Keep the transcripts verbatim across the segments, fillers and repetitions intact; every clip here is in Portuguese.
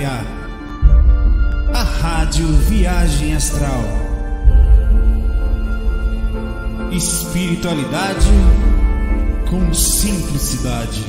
Gaia, a Rádio Viagem Astral. Espiritualidade com simplicidade.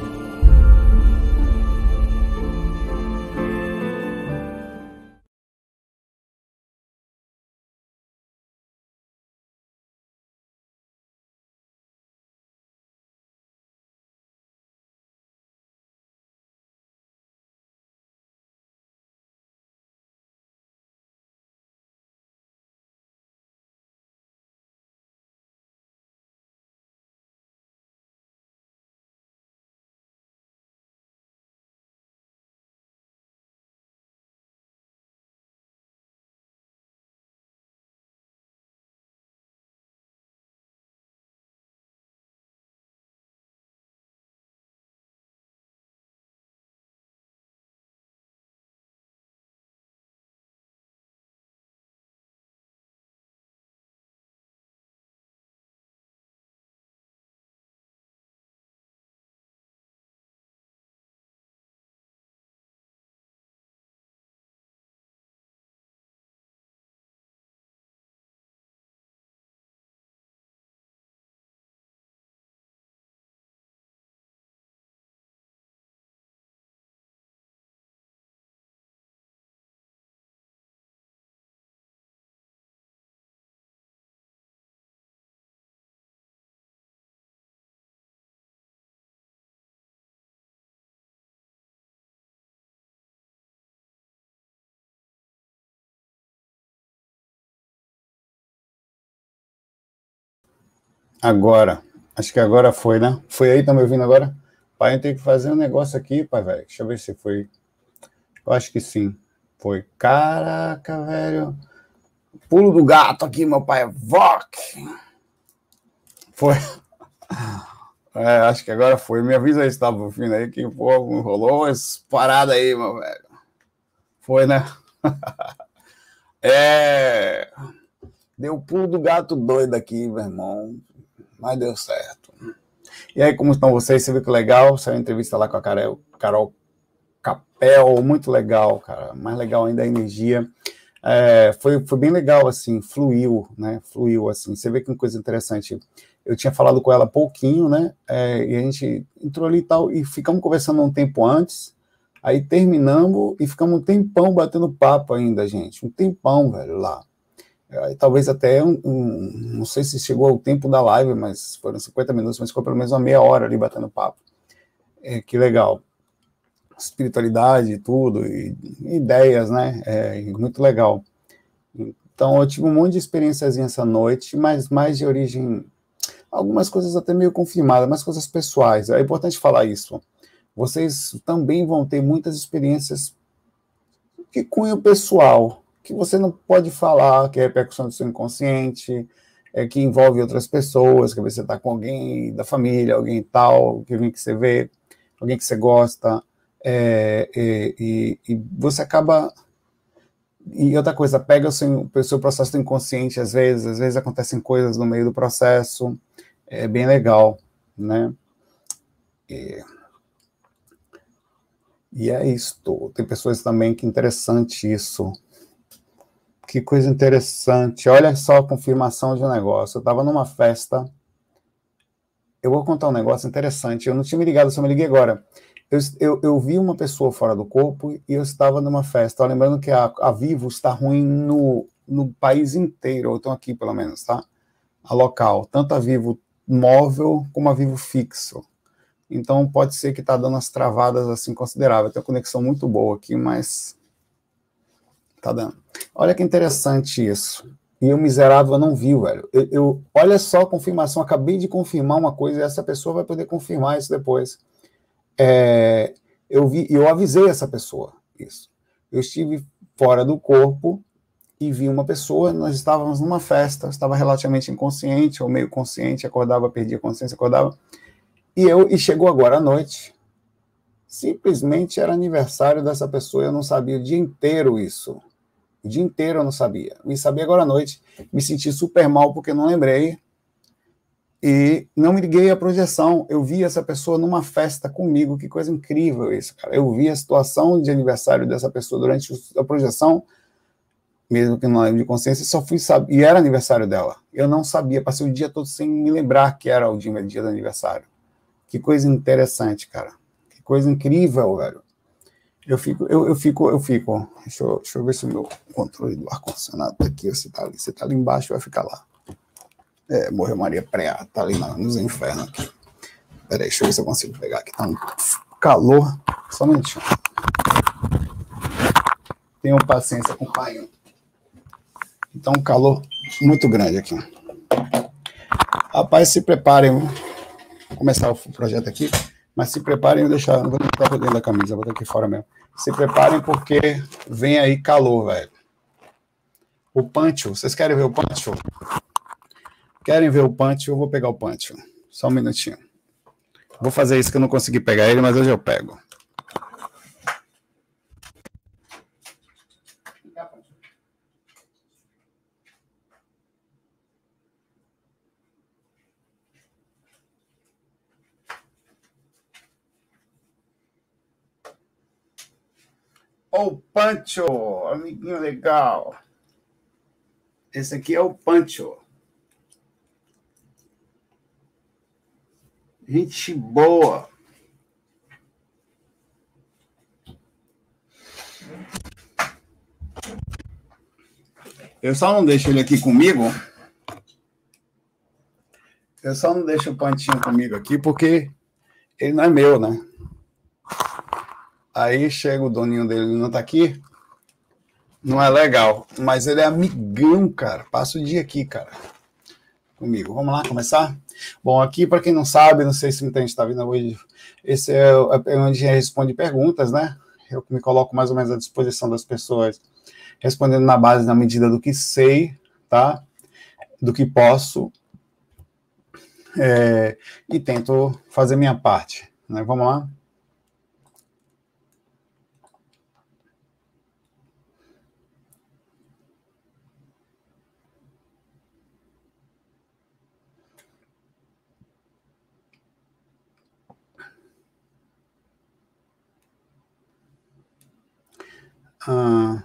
Agora, acho que agora foi, né? Foi aí, tá me ouvindo agora? Pai, eu tenho que fazer um negócio aqui, pai, velho. Deixa eu ver se foi. Eu acho que sim. Foi. Caraca, velho. Pulo do gato aqui, meu pai. Voc! Foi. É, acho que agora foi. Me avisa aí se tava ouvindo aí, que pô, rolou umas paradas aí, meu velho. Foi, né? É. Deu pulo do gato doido aqui, meu irmão. Mas deu certo. E aí, como estão vocês? Você viu que legal? Saiu uma entrevista lá com a Carol, Carol Capel, muito legal, cara. Mais legal ainda a energia. É, foi, foi bem legal, assim, fluiu, né? Fluiu, assim. Você vê que uma coisa interessante. Eu tinha falado com ela pouquinho, né? É, e a gente entrou ali e tal, e ficamos conversando um tempo antes. Aí terminamos e ficamos um tempão batendo papo ainda, gente. Um tempão, velho, lá. Talvez até, um, um, não sei se chegou ao tempo da live, mas foram cinquenta minutos, mas ficou pelo menos uma meia hora ali batendo papo. É, que legal. Espiritualidade e tudo, e, e ideias, né? É, muito legal. Então, eu tive um monte de experiências essa noite, mas mais de origem, algumas coisas até meio confirmadas, mas coisas pessoais. É importante falar isso. Vocês também vão ter muitas experiências de cunho pessoal, que você não pode falar, que é repercussão do seu inconsciente, é, que envolve outras pessoas, que você está com alguém da família, alguém tal, que vem que você vê, alguém que você gosta, é, e, e, e você acaba... E outra coisa, pega o seu, o seu processo do inconsciente, às vezes, às vezes acontecem coisas no meio do processo, é bem legal, né? E, e é isto. Tem pessoas também que é interessante isso. Que coisa interessante. Olha só a confirmação de um negócio. Eu estava numa festa. Eu vou contar um negócio interessante. Eu não tinha me ligado, só me liguei agora. Eu, eu, eu vi uma pessoa fora do corpo e eu estava numa festa. Lembrando que a, a Vivo está ruim no, no país inteiro. Eu estou aqui, pelo menos, tá? A local. Tanto a Vivo móvel como a Vivo fixo. Então, pode ser que está dando umas travadas assim consideráveis. Tem uma conexão muito boa aqui, mas... Tá dando. Olha que interessante isso. E o miserável não viu, velho. Eu, eu, olha só a confirmação. Acabei de confirmar uma coisa e essa pessoa vai poder confirmar isso depois. É, eu, vi, eu avisei essa pessoa isso. Eu estive fora do corpo e vi uma pessoa. Nós estávamos numa festa. Estava relativamente inconsciente ou meio consciente. Acordava, perdia a consciência, acordava. E, eu, e chegou agora à noite. Simplesmente era aniversário dessa pessoa. Eu não sabia o dia inteiro isso. O dia inteiro eu não sabia. Me sabia agora à noite. Me senti super mal porque não lembrei. E não me liguei à projeção. Eu vi essa pessoa numa festa comigo. Que coisa incrível isso, cara. Eu vi a situação de aniversário dessa pessoa durante a projeção, mesmo que não lembro de consciência, só fui saber. E era aniversário dela. Eu não sabia. Passei o dia todo sem me lembrar que era o dia, dia do aniversário. Que coisa interessante, cara. Que coisa incrível, velho. Eu fico, eu, eu fico, eu fico. Deixa eu, deixa eu ver se o meu controle do ar-condicionado tá aqui. Você tá ali, você tá ali embaixo, vai ficar lá. É, morreu Maria Preá, tá ali nos infernos aqui. Peraí, deixa eu ver se eu consigo pegar aqui. Tá um calor. Só um minutinho. Tenham paciência com o pai. Então, um calor muito grande aqui. Rapaz, se preparem. Vou começar o projeto aqui, mas se preparem, eu deixar, não vou botar por dentro da camisa, vou botar aqui fora mesmo. Se preparem porque vem aí calor, velho. O Pancho, vocês querem ver o Pancho? Querem ver o Pancho? Eu vou pegar o Pancho. Só um minutinho. Vou fazer isso que eu não consegui pegar ele, mas hoje eu pego. Ó, o Pancho, amiguinho legal. Esse aqui é o Pancho. Gente boa. Eu só não deixo ele aqui comigo. Eu só não deixo o Pantinho comigo aqui porque ele não é meu, né? Aí chega o doninho dele, ele não tá aqui. Não é legal. Mas ele é amigão, cara. Passa o dia aqui, cara. Comigo. Vamos lá começar? Bom, aqui, para quem não sabe, não sei se muita gente está vindo hoje, esse é onde a gente responde perguntas, né? Eu me coloco mais ou menos à disposição das pessoas, respondendo na base, na medida do que sei, tá? Do que posso. É, e tento fazer minha parte, né? Vamos lá? Ah,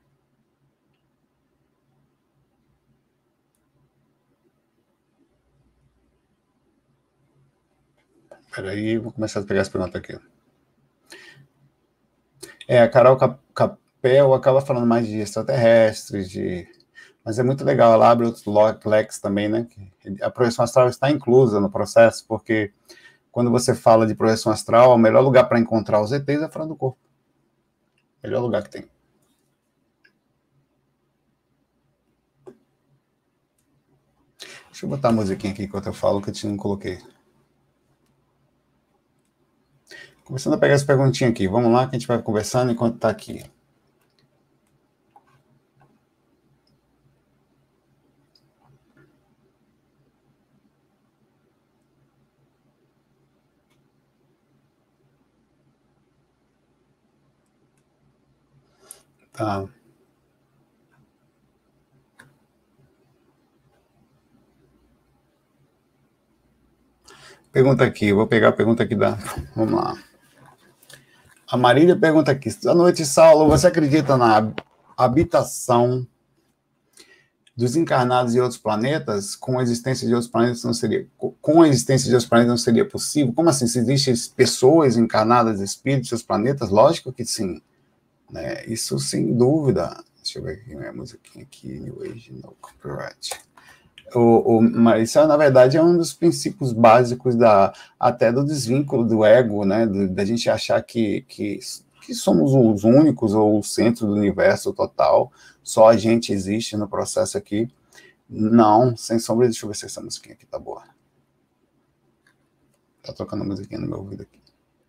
peraí, vou começar a pegar as perguntas aqui. É, a Carol Capel acaba falando mais de extraterrestres, de... mas é muito legal, ela abre outros leques também, né? A projeção astral está inclusa no processo, porque quando você fala de projeção astral, o melhor lugar para encontrar os E Tês é fora do corpo. Melhor lugar que tem. Deixa eu botar a musiquinha aqui enquanto eu falo, que eu não coloquei. Começando a pegar as perguntinhas aqui. Vamos lá, que a gente vai conversando enquanto está aqui. Tá. Pergunta aqui, eu vou pegar a pergunta aqui da... Vamos lá. A Marília pergunta aqui. Boa noite, Saulo. Você acredita na habitação dos encarnados em outros planetas? Com a existência de outros planetas não seria... Com a existência de outros planetas não seria possível? Como assim? Se existem pessoas encarnadas, espíritos, seus planetas? Lógico que sim. Né? Isso sem dúvida. Deixa eu ver aqui minha musiquinha aqui. New Age, no copyright. O, o, mas isso, na verdade, é um dos princípios básicos da, até do desvínculo do ego, né? Da gente achar que, que, que somos os únicos ou o centro do universo total, só a gente existe no processo aqui. Não, sem sombra. Deixa eu ver se essa musiquinha aqui tá boa. Tá tocando a musiquinha no meu ouvido aqui.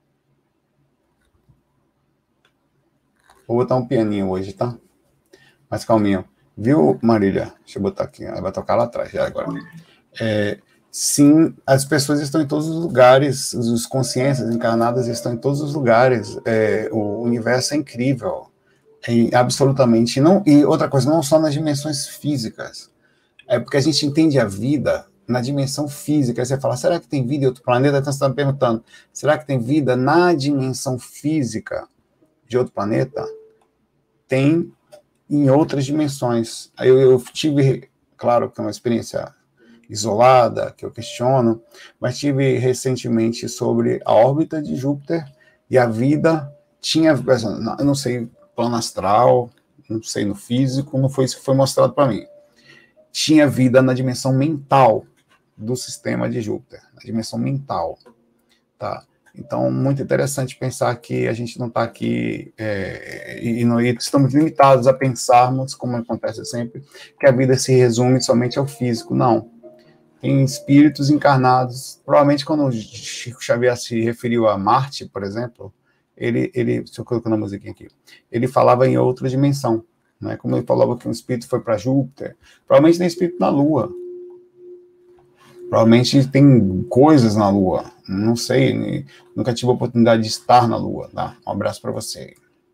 Vou botar um pianinho hoje, tá? Mais calminho. Viu, Marília? Deixa eu botar aqui. Ela vai tocar lá atrás, já agora. É, sim, as pessoas estão em todos os lugares, as consciências encarnadas estão em todos os lugares. É, o universo é incrível. É, absolutamente. Não, e outra coisa, não só nas dimensões físicas. É porque a gente entende a vida na dimensão física. Aí você fala, será que tem vida em outro planeta? Então você está me perguntando, será que tem vida na dimensão física de outro planeta? Tem em outras dimensões. Aí eu, eu tive, claro que é uma experiência isolada, que eu questiono, mas tive recentemente sobre a órbita de Júpiter e a vida tinha, eu não sei, plano astral, não sei no físico, não foi isso que foi mostrado para mim. Tinha vida na dimensão mental do sistema de Júpiter, na dimensão mental, tá? Então, muito interessante pensar que a gente não está aqui, é, e, não, e estamos limitados a pensarmos, como acontece sempre, que a vida se resume somente ao físico. Não. Tem espíritos encarnados. Provavelmente, quando o Chico Xavier se referiu a Marte, por exemplo, ele, ele deixa eu colocar na musiquinha aqui, ele falava em outra dimensão, né? Como ele falava que um espírito foi para Júpiter, provavelmente tem espírito na Lua. Provavelmente tem coisas na Lua, não sei, nunca tive a oportunidade de estar na Lua, tá? Um abraço para você.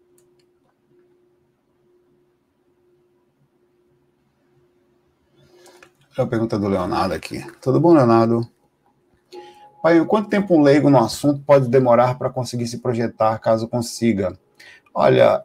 A pergunta do Leonardo aqui. Tudo bom, Leonardo? Pai, quanto tempo um leigo no assunto pode demorar para conseguir se projetar, caso consiga? Olha,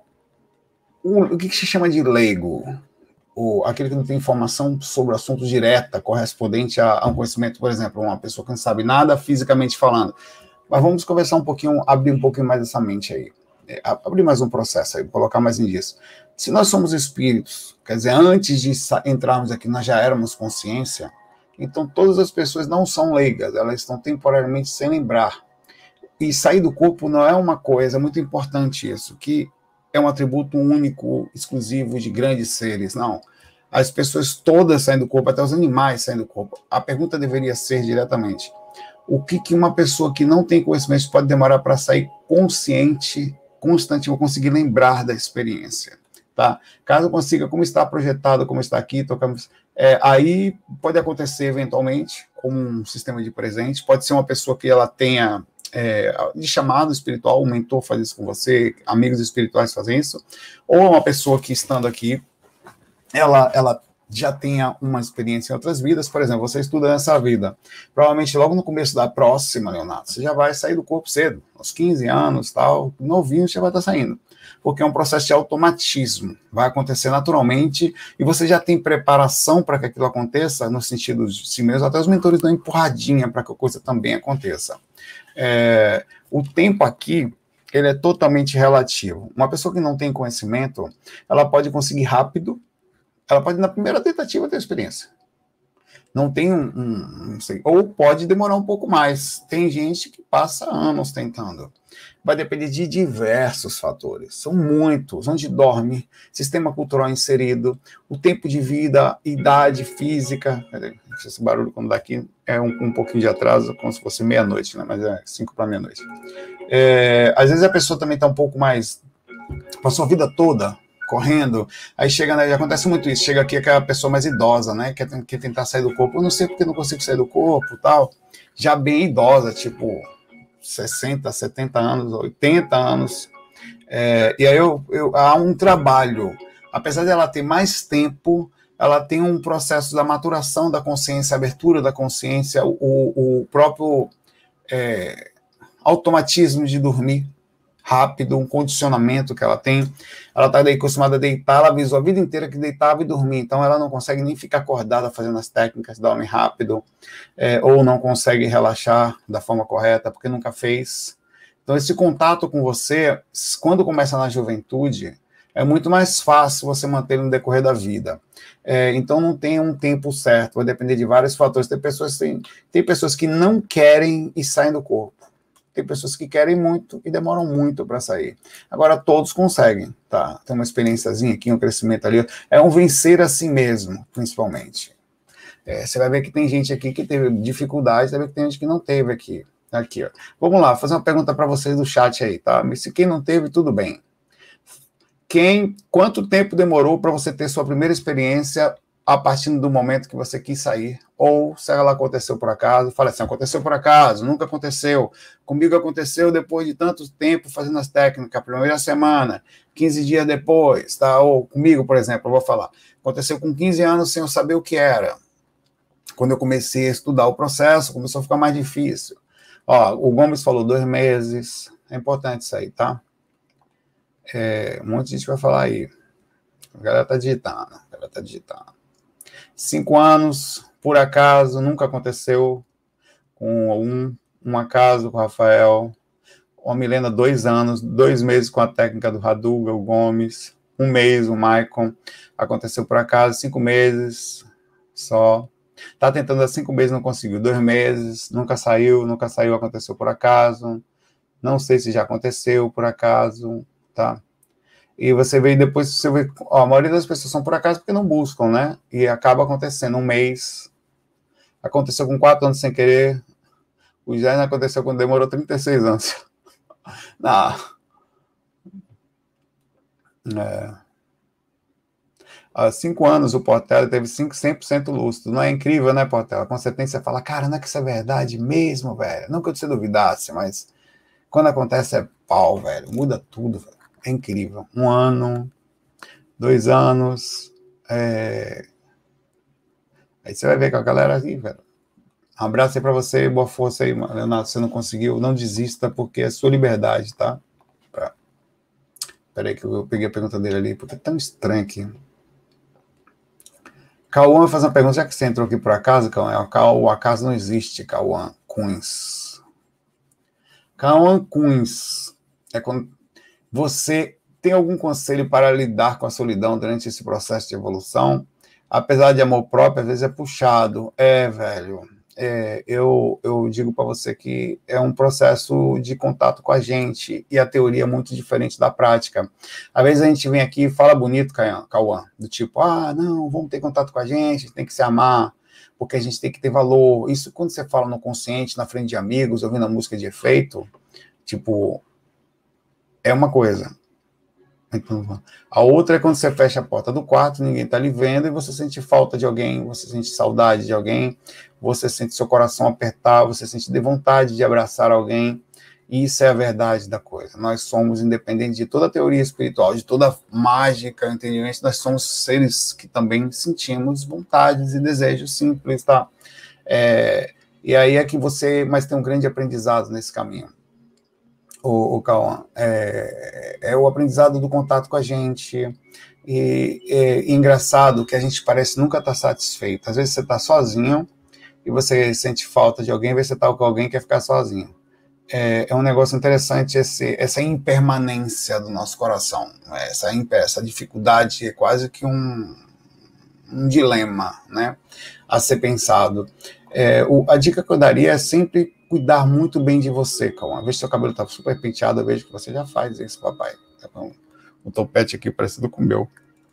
o, o que, que se chama de leigo? O, aquele que não tem informação sobre o assunto direta, correspondente a, a um conhecimento, por exemplo, uma pessoa que não sabe nada fisicamente falando. Mas vamos conversar um pouquinho, abrir um pouquinho mais essa mente aí. É, abrir mais um processo aí, colocar mais indício. Se nós somos espíritos, quer dizer, antes de entrarmos aqui, nós já éramos consciência, então todas as pessoas não são leigas, elas estão temporariamente sem lembrar. E sair do corpo não é uma coisa, é muito importante isso, que é um atributo único, exclusivo de grandes seres, não. As pessoas todas saem do corpo, até os animais saem do corpo. A pergunta deveria ser diretamente, o que, que uma pessoa que não tem conhecimento pode demorar para sair consciente, constante, ou conseguir lembrar da experiência, tá? Caso consiga, como está projetado, como está aqui, tocamos, é, aí pode acontecer eventualmente, como um sistema de presente, pode ser uma pessoa que ela tenha É, de chamado espiritual, um mentor faz isso com você, amigos espirituais fazem isso, ou uma pessoa que estando aqui, ela, ela já tenha uma experiência em outras vidas. Por exemplo, você estuda nessa vida, provavelmente logo no começo da próxima, Leonardo, você já vai sair do corpo cedo, aos quinze anos, tal, novinho, você já vai estar saindo, porque é um processo de automatismo, vai acontecer naturalmente, e você já tem preparação para que aquilo aconteça, no sentido de si mesmo, até os mentores dão empurradinha para que a coisa também aconteça. É, o tempo aqui, ele é totalmente relativo. Uma pessoa que não tem conhecimento, ela pode conseguir rápido, ela pode na primeira tentativa ter experiência. Não tem um, um não sei, ou pode demorar um pouco mais. Tem gente que passa anos tentando. Vai depender de diversos fatores. São muitos. Onde dorme, sistema cultural inserido, o tempo de vida, idade física. Esse barulho quando dá aqui é um, um pouquinho de atraso, como se fosse meia-noite, né? Mas é cinco para meia-noite. É, às vezes a pessoa também está um pouco mais... Passou a vida toda correndo, aí chega, né, acontece muito isso, chega aqui aquela pessoa mais idosa, né, quer, quer tentar sair do corpo, eu não sei porque não consigo sair do corpo, tal, já bem idosa, tipo sessenta, setenta anos, oitenta anos, é, e aí eu, eu, há um trabalho, apesar dela ter mais tempo, ela tem um processo da maturação da consciência, abertura da consciência, o, o próprio é, automatismo de dormir rápido, um condicionamento que ela tem, ela está daí acostumada a deitar, ela avisou a vida inteira que deitava e dormia, então ela não consegue nem ficar acordada fazendo as técnicas, dorme rápido, é, ou não consegue relaxar da forma correta, porque nunca fez. Então esse contato com você, quando começa na juventude, é muito mais fácil você manter no decorrer da vida. É, então não tem um tempo certo, vai depender de vários fatores. Tem pessoas, tem, tem pessoas que não querem e saem do corpo. Tem pessoas que querem muito e demoram muito para sair. Agora, todos conseguem, tá? Tem uma experiênciazinha aqui, um crescimento ali. É um vencer a si mesmo, principalmente. É, você vai ver que tem gente aqui que teve dificuldade, vai ver que tem gente que não teve aqui. Aqui, ó. Vamos lá, fazer uma pergunta para vocês do chat aí, tá? Mas se quem não teve, tudo bem. Quem, quanto tempo demorou para você ter sua primeira experiência a partir do momento que você quis sair? Ou se ela aconteceu por acaso, fala assim, aconteceu por acaso, nunca aconteceu. Comigo aconteceu depois de tanto tempo fazendo as técnicas, a primeira semana, quinze dias depois, tá? Ou comigo, por exemplo, eu vou falar, aconteceu com quinze anos sem eu saber o que era. quando eu comecei a estudar o processo, começou a ficar mais difícil. Ó, o Gomes falou dois meses. É importante isso aí, tá? É, um monte de gente vai falar aí. A galera tá digitando. A galera tá digitando. Cinco anos, por acaso, nunca aconteceu com um, um acaso com o Rafael. A Milena, dois anos, dois meses com a técnica do Raduga, o Gomes. Um mês, o Maicon. Aconteceu por acaso, cinco meses só. Tá tentando há cinco meses, não conseguiu. Dois meses, nunca saiu, nunca saiu, aconteceu por acaso. Não sei se já aconteceu por acaso, tá? E você vê depois, você vê, ó, a maioria das pessoas são por acaso porque não buscam, né? E acaba acontecendo um mês. Aconteceu com quatro anos sem querer. O Jair aconteceu quando demorou trinta e seis anos. Não. É. Há cinco anos o Portela teve cem por cento lúcido. Não é incrível, né, Portela? Quando você tem, você fala, cara, não é que isso é verdade mesmo, velho? Não que você duvidasse, mas quando acontece é pau, velho. Muda tudo, velho. É incrível. Um ano, dois anos. É... Aí você vai ver com a galera aqui, velho. Um abraço aí pra você, boa força aí, Leonardo. Se você não conseguiu, não desista, porque é sua liberdade, tá? Pra... Peraí que eu peguei a pergunta dele ali, porque é tão estranho aqui. Cauã vai fazer uma pergunta, já que você entrou aqui por acaso, Cauã, o acaso não existe, Cauã Cunz. Cauã Cunz, é quando você tem algum conselho para lidar com a solidão durante esse processo de evolução? Apesar de amor próprio, às vezes é puxado. É, velho, é, eu, eu digo para você que é um processo de contato com a gente, e a teoria é muito diferente da prática. Às vezes a gente vem aqui e fala bonito, Cauã, do tipo, ah, não, vamos ter contato com a gente, tem que se amar, porque a gente tem que ter valor. Isso quando você fala no consciente, na frente de amigos, ouvindo a música de efeito, tipo, é uma coisa. Então, a outra é quando você fecha a porta do quarto, ninguém está lhe vendo, e você sente falta de alguém, você sente saudade de alguém, você sente seu coração apertar, você sente de vontade de abraçar alguém, e isso é a verdade da coisa. Nós somos, independente de toda a teoria espiritual, de toda a mágica, entendimento, nós somos seres que também sentimos vontades e desejos simples, tá? É, e aí é que você, mas tem um grande aprendizado nesse caminho. O, o Cauã, é, é o aprendizado do contato com a gente, e é engraçado que a gente parece nunca estar satisfeito. Às vezes você está sozinho e você sente falta de alguém, às vezes você está com alguém e quer ficar sozinho. É, é um negócio interessante esse, essa impermanência do nosso coração, essa, essa dificuldade é quase que um, um dilema, né, a ser pensado. É, o, a dica que eu daria é sempre cuidar muito bem de você, Cauã. Veja se seu cabelo está super penteado, eu vejo que você já faz isso, papai. Tá com o topete aqui parecido com o meu.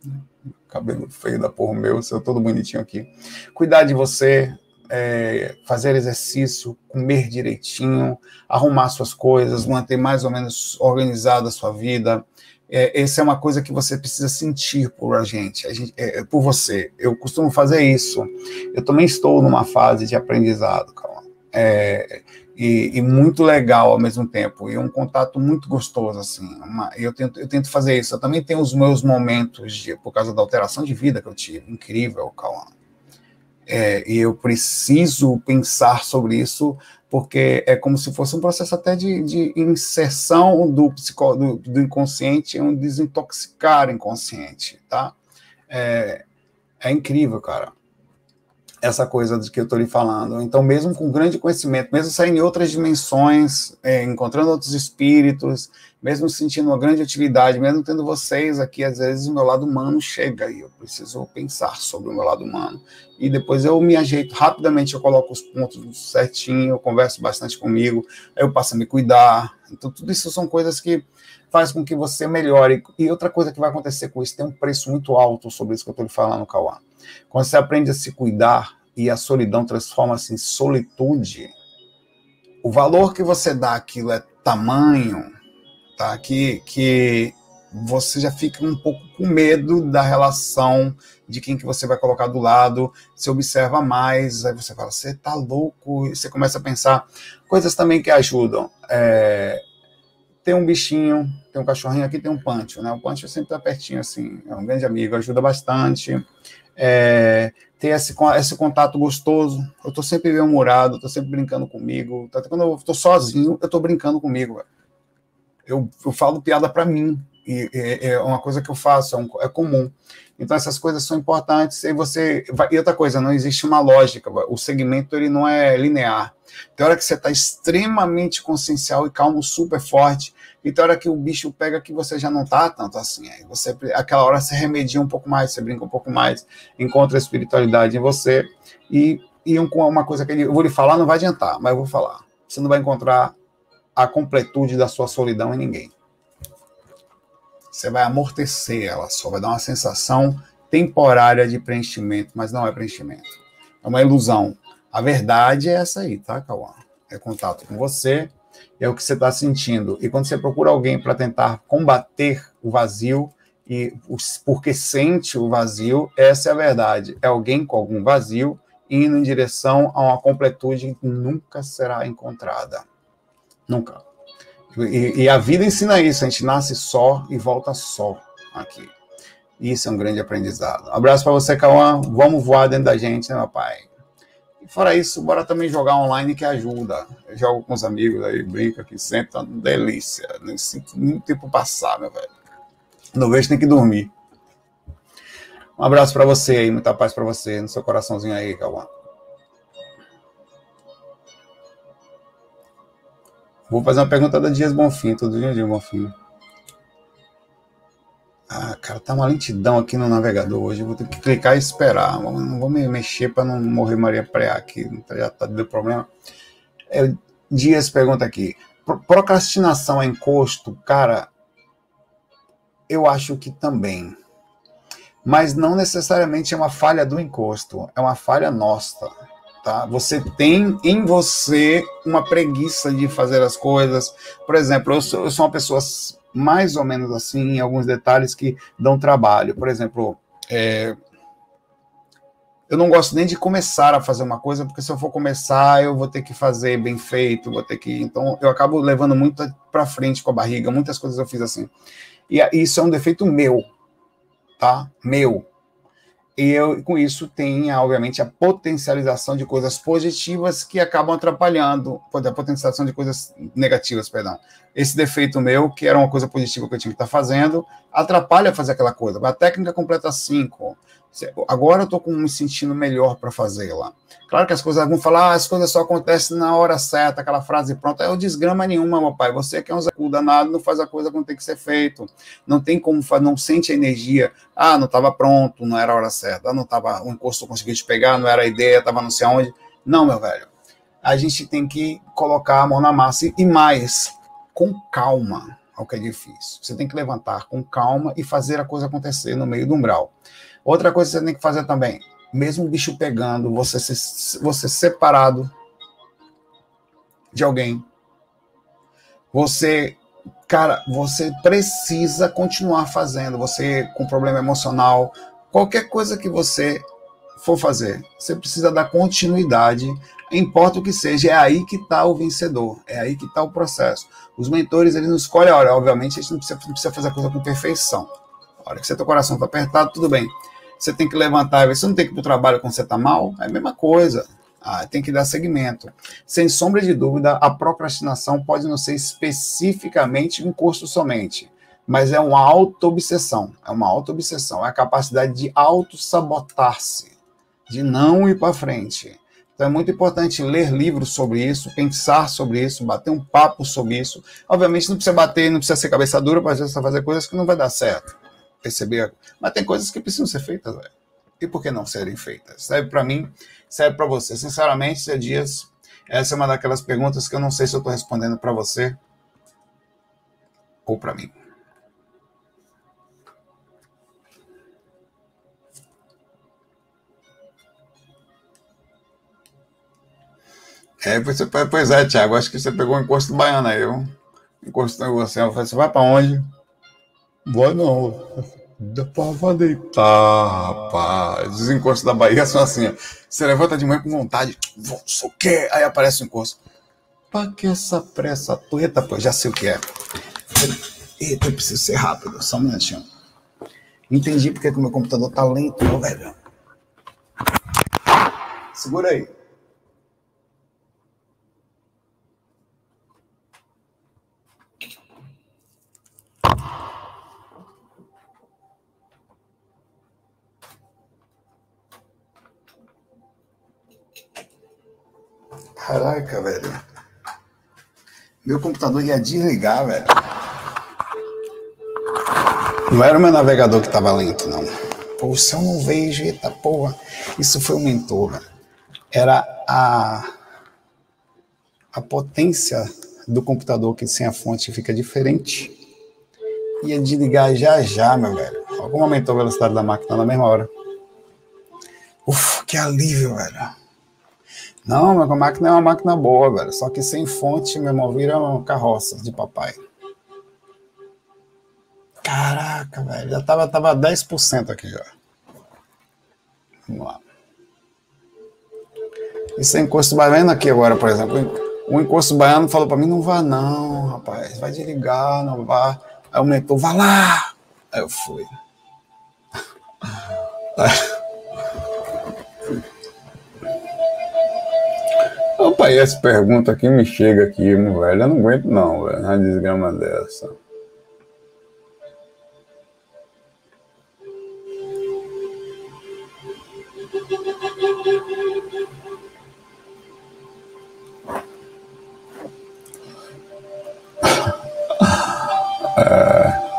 Cabelo feio da porra meu, seu todo bonitinho aqui. Cuidar de você, é, fazer exercício, comer direitinho, arrumar suas coisas, manter mais ou menos organizada a sua vida. É, essa é uma coisa que você precisa sentir por a gente, a gente é, por você. Eu costumo fazer isso. Eu também estou numa fase de aprendizado, Cauã. É, e, e muito legal ao mesmo tempo, e um contato muito gostoso, assim, uma, eu, tento, eu tento fazer isso. Eu também tenho os meus momentos, de, por causa da alteração de vida que eu tive, incrível, Cauã, é, e eu preciso pensar sobre isso, porque é como se fosse um processo até de, de inserção do, psico, do, do inconsciente, um desintoxicar inconsciente, tá? É, é incrível, cara, essa coisa de que eu estou lhe falando. Então, mesmo com grande conhecimento, mesmo saindo em outras dimensões, é, encontrando outros espíritos, mesmo sentindo uma grande utilidade, mesmo tendo vocês aqui, às vezes o meu lado humano chega e eu preciso pensar sobre o meu lado humano. E depois eu me ajeito rapidamente, eu coloco os pontos certinho, eu converso bastante comigo, aí eu passo a me cuidar. Então, tudo isso são coisas que faz com que você melhore. E outra coisa que vai acontecer com isso, tem um preço muito alto sobre isso que eu estou lhe falando, Cauã. Quando você aprende a se cuidar e a solidão transforma-se em solitude, o valor que você dá àquilo é tamanho, tá? que, que você já fica um pouco com medo da relação de quem que você vai colocar do lado, você observa mais, aí você fala, você tá louco, e você começa a pensar coisas também que ajudam. É, tem um bichinho, tem um cachorrinho aqui, tem um Pancho, né? O Pancho sempre tá pertinho, assim, é um grande amigo, ajuda bastante. é, ter esse, esse contato gostoso. Eu tô sempre bem-humorado, tô sempre brincando comigo. Até quando eu tô sozinho, eu tô brincando comigo, velho. Eu, eu falo piada para mim, e, e é uma coisa que eu faço, é, um, é comum. Então essas coisas são importantes. E você vai, e outra coisa, não existe uma lógica. O segmento ele não é linear. Tem hora que você está extremamente consciencial e calmo, super forte. E tem hora que o bicho pega que você já não está tanto assim. Aí você, aquela hora você remedia um pouco mais, você brinca um pouco mais, encontra a espiritualidade em você. E, e um, uma coisa que eu vou lhe falar não vai adiantar, mas eu vou falar. Você não vai encontrar a completude da sua solidão em ninguém. Você vai amortecer ela, só vai dar uma sensação temporária de preenchimento, mas não é preenchimento. É uma ilusão. A verdade é essa aí, tá, Cauã? É contato com você, é o que você está sentindo. E quando você procura alguém para tentar combater o vazio, e porque sente o vazio, essa é a verdade. É alguém com algum vazio indo em direção a uma completude que nunca será encontrada. Nunca. E, e a vida ensina isso, a gente nasce só e volta só aqui. Isso é um grande aprendizado. Um abraço para você, Cauã. Vamos voar dentro da gente, né, meu pai? E fora isso, bora também jogar online que ajuda. Eu jogo com os amigos aí, brinco aqui, senta, delícia. Nem sinto muito tempo passar, meu velho. Não vejo, tem que dormir. Um abraço para você aí, muita paz para você, no seu coraçãozinho aí, Cauã. Vou fazer uma pergunta da Dias Bonfim, todo dia Dias Bonfim. Ah, cara, tá uma lentidão aqui no navegador hoje, eu vou ter que clicar e esperar. Não vou me mexer para não morrer Maria Preá aqui, já tá dando problema. É, Dias pergunta aqui, procrastinação é encosto? Cara, eu acho que também. Mas não necessariamente é uma falha do encosto, é uma falha nossa. Tá? Você tem em você uma preguiça de fazer as coisas. Por exemplo, eu sou, eu sou uma pessoa mais ou menos assim, em alguns detalhes que dão trabalho. Por exemplo, é, eu não gosto nem de começar a fazer uma coisa, porque se eu for começar, eu vou ter que fazer bem feito, vou ter que... Então, eu acabo levando muito para frente com a barriga, muitas coisas eu fiz assim. E isso é um defeito meu, tá? Meu. E eu, com isso tem, obviamente, a potencialização de coisas positivas que acabam atrapalhando, a potencialização de coisas negativas, perdão. Esse defeito meu, que era uma coisa positiva que eu tinha que estar fazendo, atrapalha fazer aquela coisa. A técnica completa cinco. Agora eu estou me sentindo melhor para fazê-la. Claro que as coisas vão falar, ah, as coisas só acontecem na hora certa, aquela frase pronta. É o desgrama nenhuma, meu pai. Você que é um Zé Cu danado, não faz a coisa quando tem que ser feito. Não tem como, não sente a energia. Ah, não estava pronto, não era a hora certa. Ah, não estava, o encosto conseguiu te pegar, não era a ideia, estava não sei aonde. Não, meu velho. A gente tem que colocar a mão na massa e mais, com calma, é o que é difícil. Você tem que levantar com calma e fazer a coisa acontecer no meio do umbral. Outra coisa que você tem que fazer também, mesmo o bicho pegando, você ser, você separado de alguém, você, cara, você precisa continuar fazendo, você com problema emocional, qualquer coisa que você for fazer, você precisa dar continuidade, importa o que seja, é aí que está o vencedor, é aí que está o processo. Os mentores, eles não escolhem a hora, obviamente, a gente não precisa, não precisa fazer a coisa com perfeição. A hora que seu coração está apertado, tudo bem. Você tem que levantar, você não tem que ir para o trabalho quando você está mal, é a mesma coisa. Ah, tem que dar seguimento. Sem sombra de dúvida, a procrastinação pode não ser especificamente um encosto somente, mas é uma auto-obsessão, é uma auto-obsessão, é a capacidade de auto-sabotar-se, de não ir para frente. Então é muito importante ler livros sobre isso, pensar sobre isso, bater um papo sobre isso. Obviamente não precisa bater, não precisa ser cabeça dura para fazer coisas que não vai dar certo. Perceber, mas tem coisas que precisam ser feitas, velho. E por que não serem feitas? Serve para mim, serve para você. Sinceramente, Zé Dias, essa é uma daquelas perguntas que eu não sei se eu estou respondendo para você ou para mim. É, pois é, Thiago, acho que você pegou um encosto baiano aí, eu encostei você, eu falei, você vai para onde? Vou não. Vou deitar, rapaz. Os encostos da Bahia são assim, ó. Você levanta de manhã com vontade, não sei o que, aí aparece o encosto. Pra que essa pressa? Eita, pô, já sei o que é. Eita, eu preciso ser rápido, só um minutinho. Entendi porque que o meu computador tá lento, meu velho. Segura aí. Caraca, velho. Meu computador ia desligar, velho. Não era o meu navegador que tava lento, não. Pô, se eu não vejo, eita porra. Isso foi um mentor, velho. Era a, a potência do computador que sem a fonte fica diferente. Ia desligar já já, meu velho. Olha como aumentou a velocidade da máquina na mesma hora. Ufa, que alívio, velho. Não, mas a máquina é uma máquina boa, velho. Só que sem fonte, meu irmão, vira uma carroça de papai. Caraca, velho. Já tava, tava dez por cento aqui já. Vamos lá. Isso é encosto baiano aqui agora, por exemplo. O encosto baiano falou pra mim, não vá não, rapaz. Vai desligar, não vá. Aí aumentou, vá lá. Aí eu fui. Opa, e essa pergunta aqui me chega aqui, meu velho. Eu não aguento não, velho. Uma desgrama dessa. É...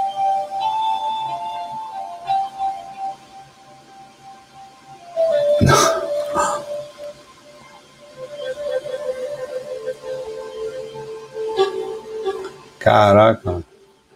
Caraca.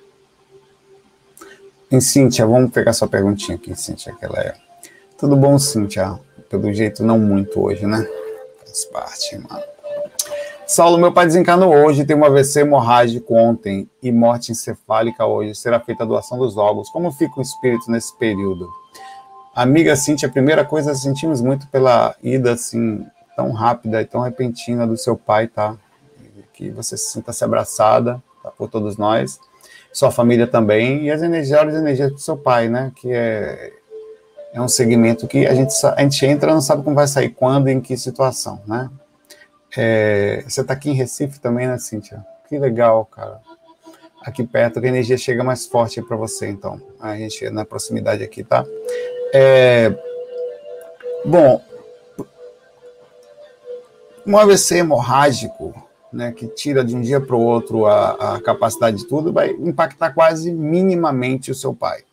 E Cíntia, vamos pegar sua perguntinha aqui, Cíntia, que ela é... Tudo bom, Cíntia? Pelo jeito, não muito hoje, né? Faz parte, mano. Saulo, meu pai desencarnou hoje, tem um A V C hemorrágico ontem e morte encefálica hoje. Será feita a doação dos órgãos. Como fica o espírito nesse período? Amiga Cíntia, a primeira coisa, sentimos muito pela ida, assim, tão rápida e tão repentina do seu pai, tá? Que você se sinta-se abraçada, tá, por todos nós. Sua família também. E as energias, as energias do seu pai, né? Que é, é um segmento que a gente, a gente entra e não sabe como vai sair, quando e em que situação, né? É, você está aqui em Recife também, né, Cíntia? Que legal, cara. Aqui perto, que a energia chega mais forte para você, então. A gente na proximidade aqui, tá? É, bom, um A V C hemorrágico, né, que tira de um dia para o outro a, a capacidade de tudo, vai impactar quase minimamente o seu pai.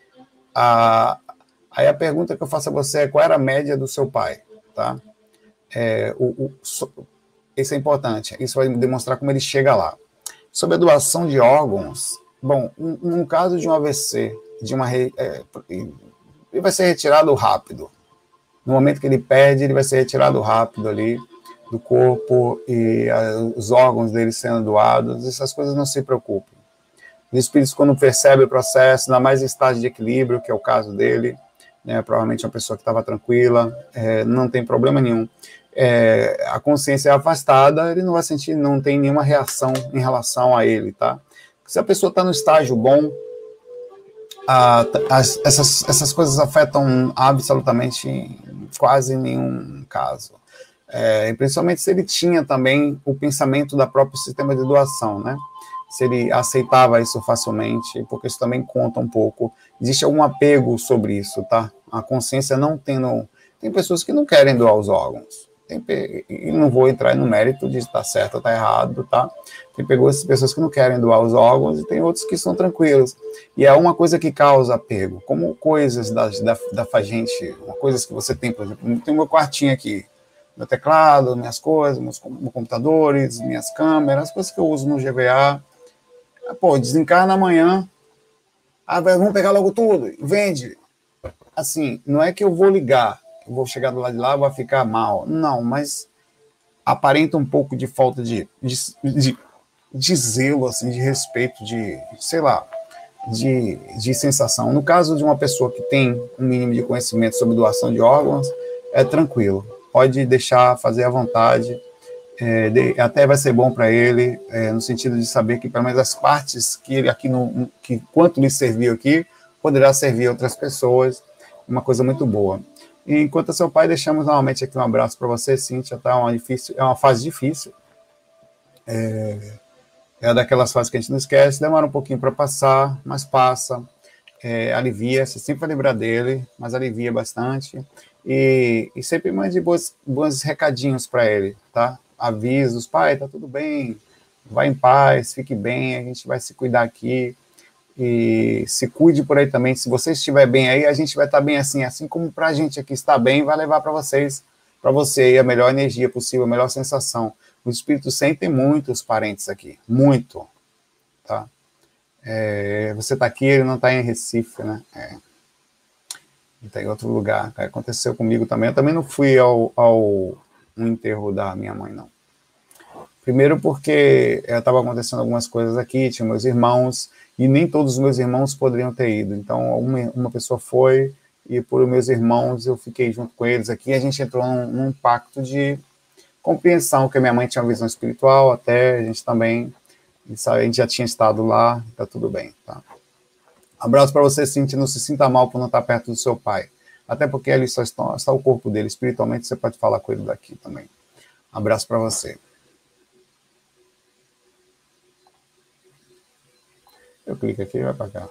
A, aí a pergunta que eu faço a você é qual era a média do seu pai, tá? É, o, o, so, isso é importante, isso vai demonstrar como ele chega lá. Sobre a doação de órgãos, bom, um, um caso de um A V C, de uma re, é, ele vai ser retirado rápido. No momento que ele perde, ele vai ser retirado rápido ali do corpo e a, os órgãos dele sendo doados, essas coisas não se preocupem. Os espíritos, quando percebem o processo, ainda mais em estágio de equilíbrio, que é o caso dele, né, provavelmente uma pessoa que estava tranquila, é, não tem problema nenhum. É, a consciência é afastada, ele não vai sentir, não tem nenhuma reação em relação a ele, tá? Se a pessoa está no estágio bom, a, as, essas, essas coisas afetam absolutamente em quase nenhum caso. É, principalmente se ele tinha também o pensamento da próprio sistema de doação, né? Se ele aceitava isso facilmente, porque isso também conta um pouco. Existe algum apego sobre isso, tá? A consciência não tendo... Tem pessoas que não querem doar os órgãos. Tem, e não vou entrar no mérito de estar certo ou estar errado, tá? Tem pessoas que não querem doar os órgãos e tem outros que são tranquilos. E é uma coisa que causa apego, como coisas da, da, da Fagente, coisas que você tem, por exemplo, tem meu quartinho aqui, meu teclado, minhas coisas, meus, meus computadores, minhas câmeras, as coisas que eu uso no G V A. Pô, desencarna amanhã, ah, vamos pegar logo tudo, vende. Assim, não é que eu vou ligar, eu vou chegar do lado de lá e vou ficar mal. Não, mas aparenta um pouco de falta de, de, de, de zelo, assim, de respeito, de, sei lá, de, de sensação. No caso de uma pessoa que tem um mínimo de conhecimento sobre doação de órgãos, é tranquilo. Pode deixar, fazer à vontade. É, de, até vai ser bom para ele, é, no sentido de saber que, pelo menos, as partes que ele aqui, no, que quanto lhe serviu aqui, poderá servir a outras pessoas. Uma coisa muito boa. E enquanto seu pai, deixamos novamente aqui um abraço para você, Cíntia, tá? Uma difícil, é uma fase difícil. É, é daquelas fases que a gente não esquece, demora um pouquinho para passar, mas passa. É, alivia, você sempre vai lembrar dele, mas alivia bastante. E, e sempre mande bons, bons recadinhos para ele, tá? Avisos, pai, tá tudo bem, vai em paz, fique bem, a gente vai se cuidar aqui. E se cuide por aí também. Se você estiver bem aí, a gente vai estar bem assim, assim como para a gente aqui está bem, vai levar para vocês, para você aí a melhor energia possível, a melhor sensação. Os espíritos sentem muito os parentes aqui, muito, tá? É, você está aqui, ele não está em Recife, né? É. Ele está em outro lugar. Aconteceu comigo também. Eu também não fui ao, ao um enterro da minha mãe, não. Primeiro porque estava acontecendo algumas coisas aqui, tinha meus irmãos, e nem todos os meus irmãos poderiam ter ido. Então, uma, uma pessoa foi, e por meus irmãos eu fiquei junto com eles aqui, e a gente entrou num, num pacto de compreensão, que a minha mãe tinha uma visão espiritual, até a gente também, a gente já tinha estado lá, tá tudo bem, tá? Abraço para você, Cintia, não se sinta mal por não estar perto do seu pai, até porque ali só está, está o corpo dele, espiritualmente você pode falar com ele daqui também. Abraço para você. Eu clico aqui e vai para cá.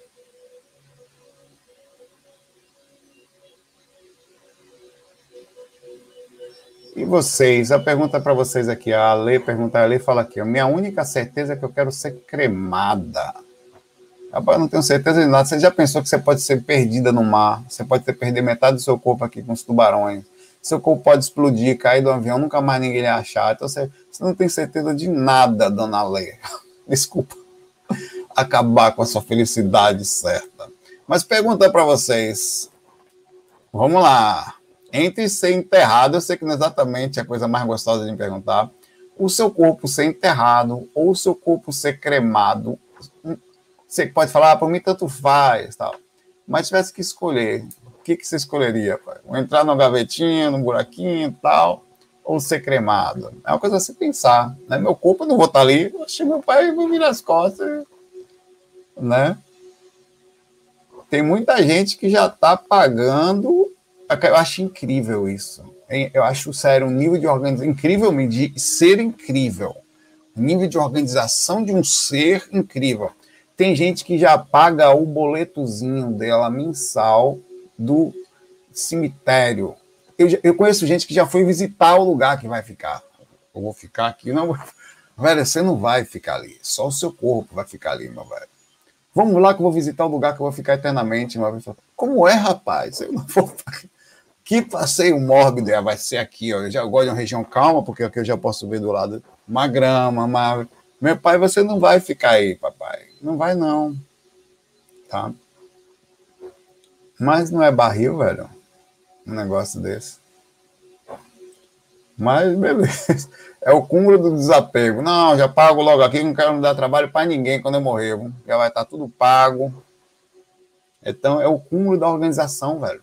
E vocês? A pergunta para vocês aqui, a Ale pergunta, a Ale fala aqui, a minha única certeza é que eu quero ser cremada. Rapaz, eu não tenho certeza de nada. Você já pensou que você pode ser perdida no mar? Você pode ter perdido metade do seu corpo aqui com os tubarões. Seu corpo pode explodir, cair do avião, nunca mais ninguém lhe achar. Então você, você não tem certeza de nada, dona Ale. Desculpa acabar com a sua felicidade certa. Mas pergunta para vocês. Vamos lá. Entre ser enterrado, eu sei que não é exatamente a coisa mais gostosa de me perguntar, o seu corpo ser enterrado ou o seu corpo ser cremado, você pode falar, ah, por mim tanto faz, tal. Mas tivesse que escolher, o que, que você escolheria? Pai? Entrar numa gavetinha, num buraquinho e tal, ou ser cremado? É uma coisa a se pensar, né? Meu corpo, eu não vou estar ali, oxe, meu pai vai virar as costas, né? Tem muita gente que já está pagando. Eu acho incrível isso. Eu acho, sério, um nível de organização incrível, de ser incrível. Um nível de organização de um ser incrível. Tem gente que já paga o boletozinho dela mensal do cemitério. Eu, eu conheço gente que já foi visitar o lugar que vai ficar. Eu vou ficar aqui? Não, velho, você não vai ficar ali. Só o seu corpo vai ficar ali, meu velho. Vamos lá que eu vou visitar o lugar que eu vou ficar eternamente. Meu velho. Como é, rapaz? Eu não vou... Que passeio mórbido é, vai ser aqui, ó. Eu já gosto de uma região calma, porque aqui eu já posso ver do lado uma grama, uma... Meu pai, você não vai ficar aí, papai. Não vai, não. Tá? Mas não é barril, velho, um negócio desse. Mas, beleza. É o cúmulo do desapego. Não, já pago logo aqui, não quero dar trabalho para ninguém quando eu morrer. Já vai estar tudo pago. Então, é o cúmulo da organização, velho.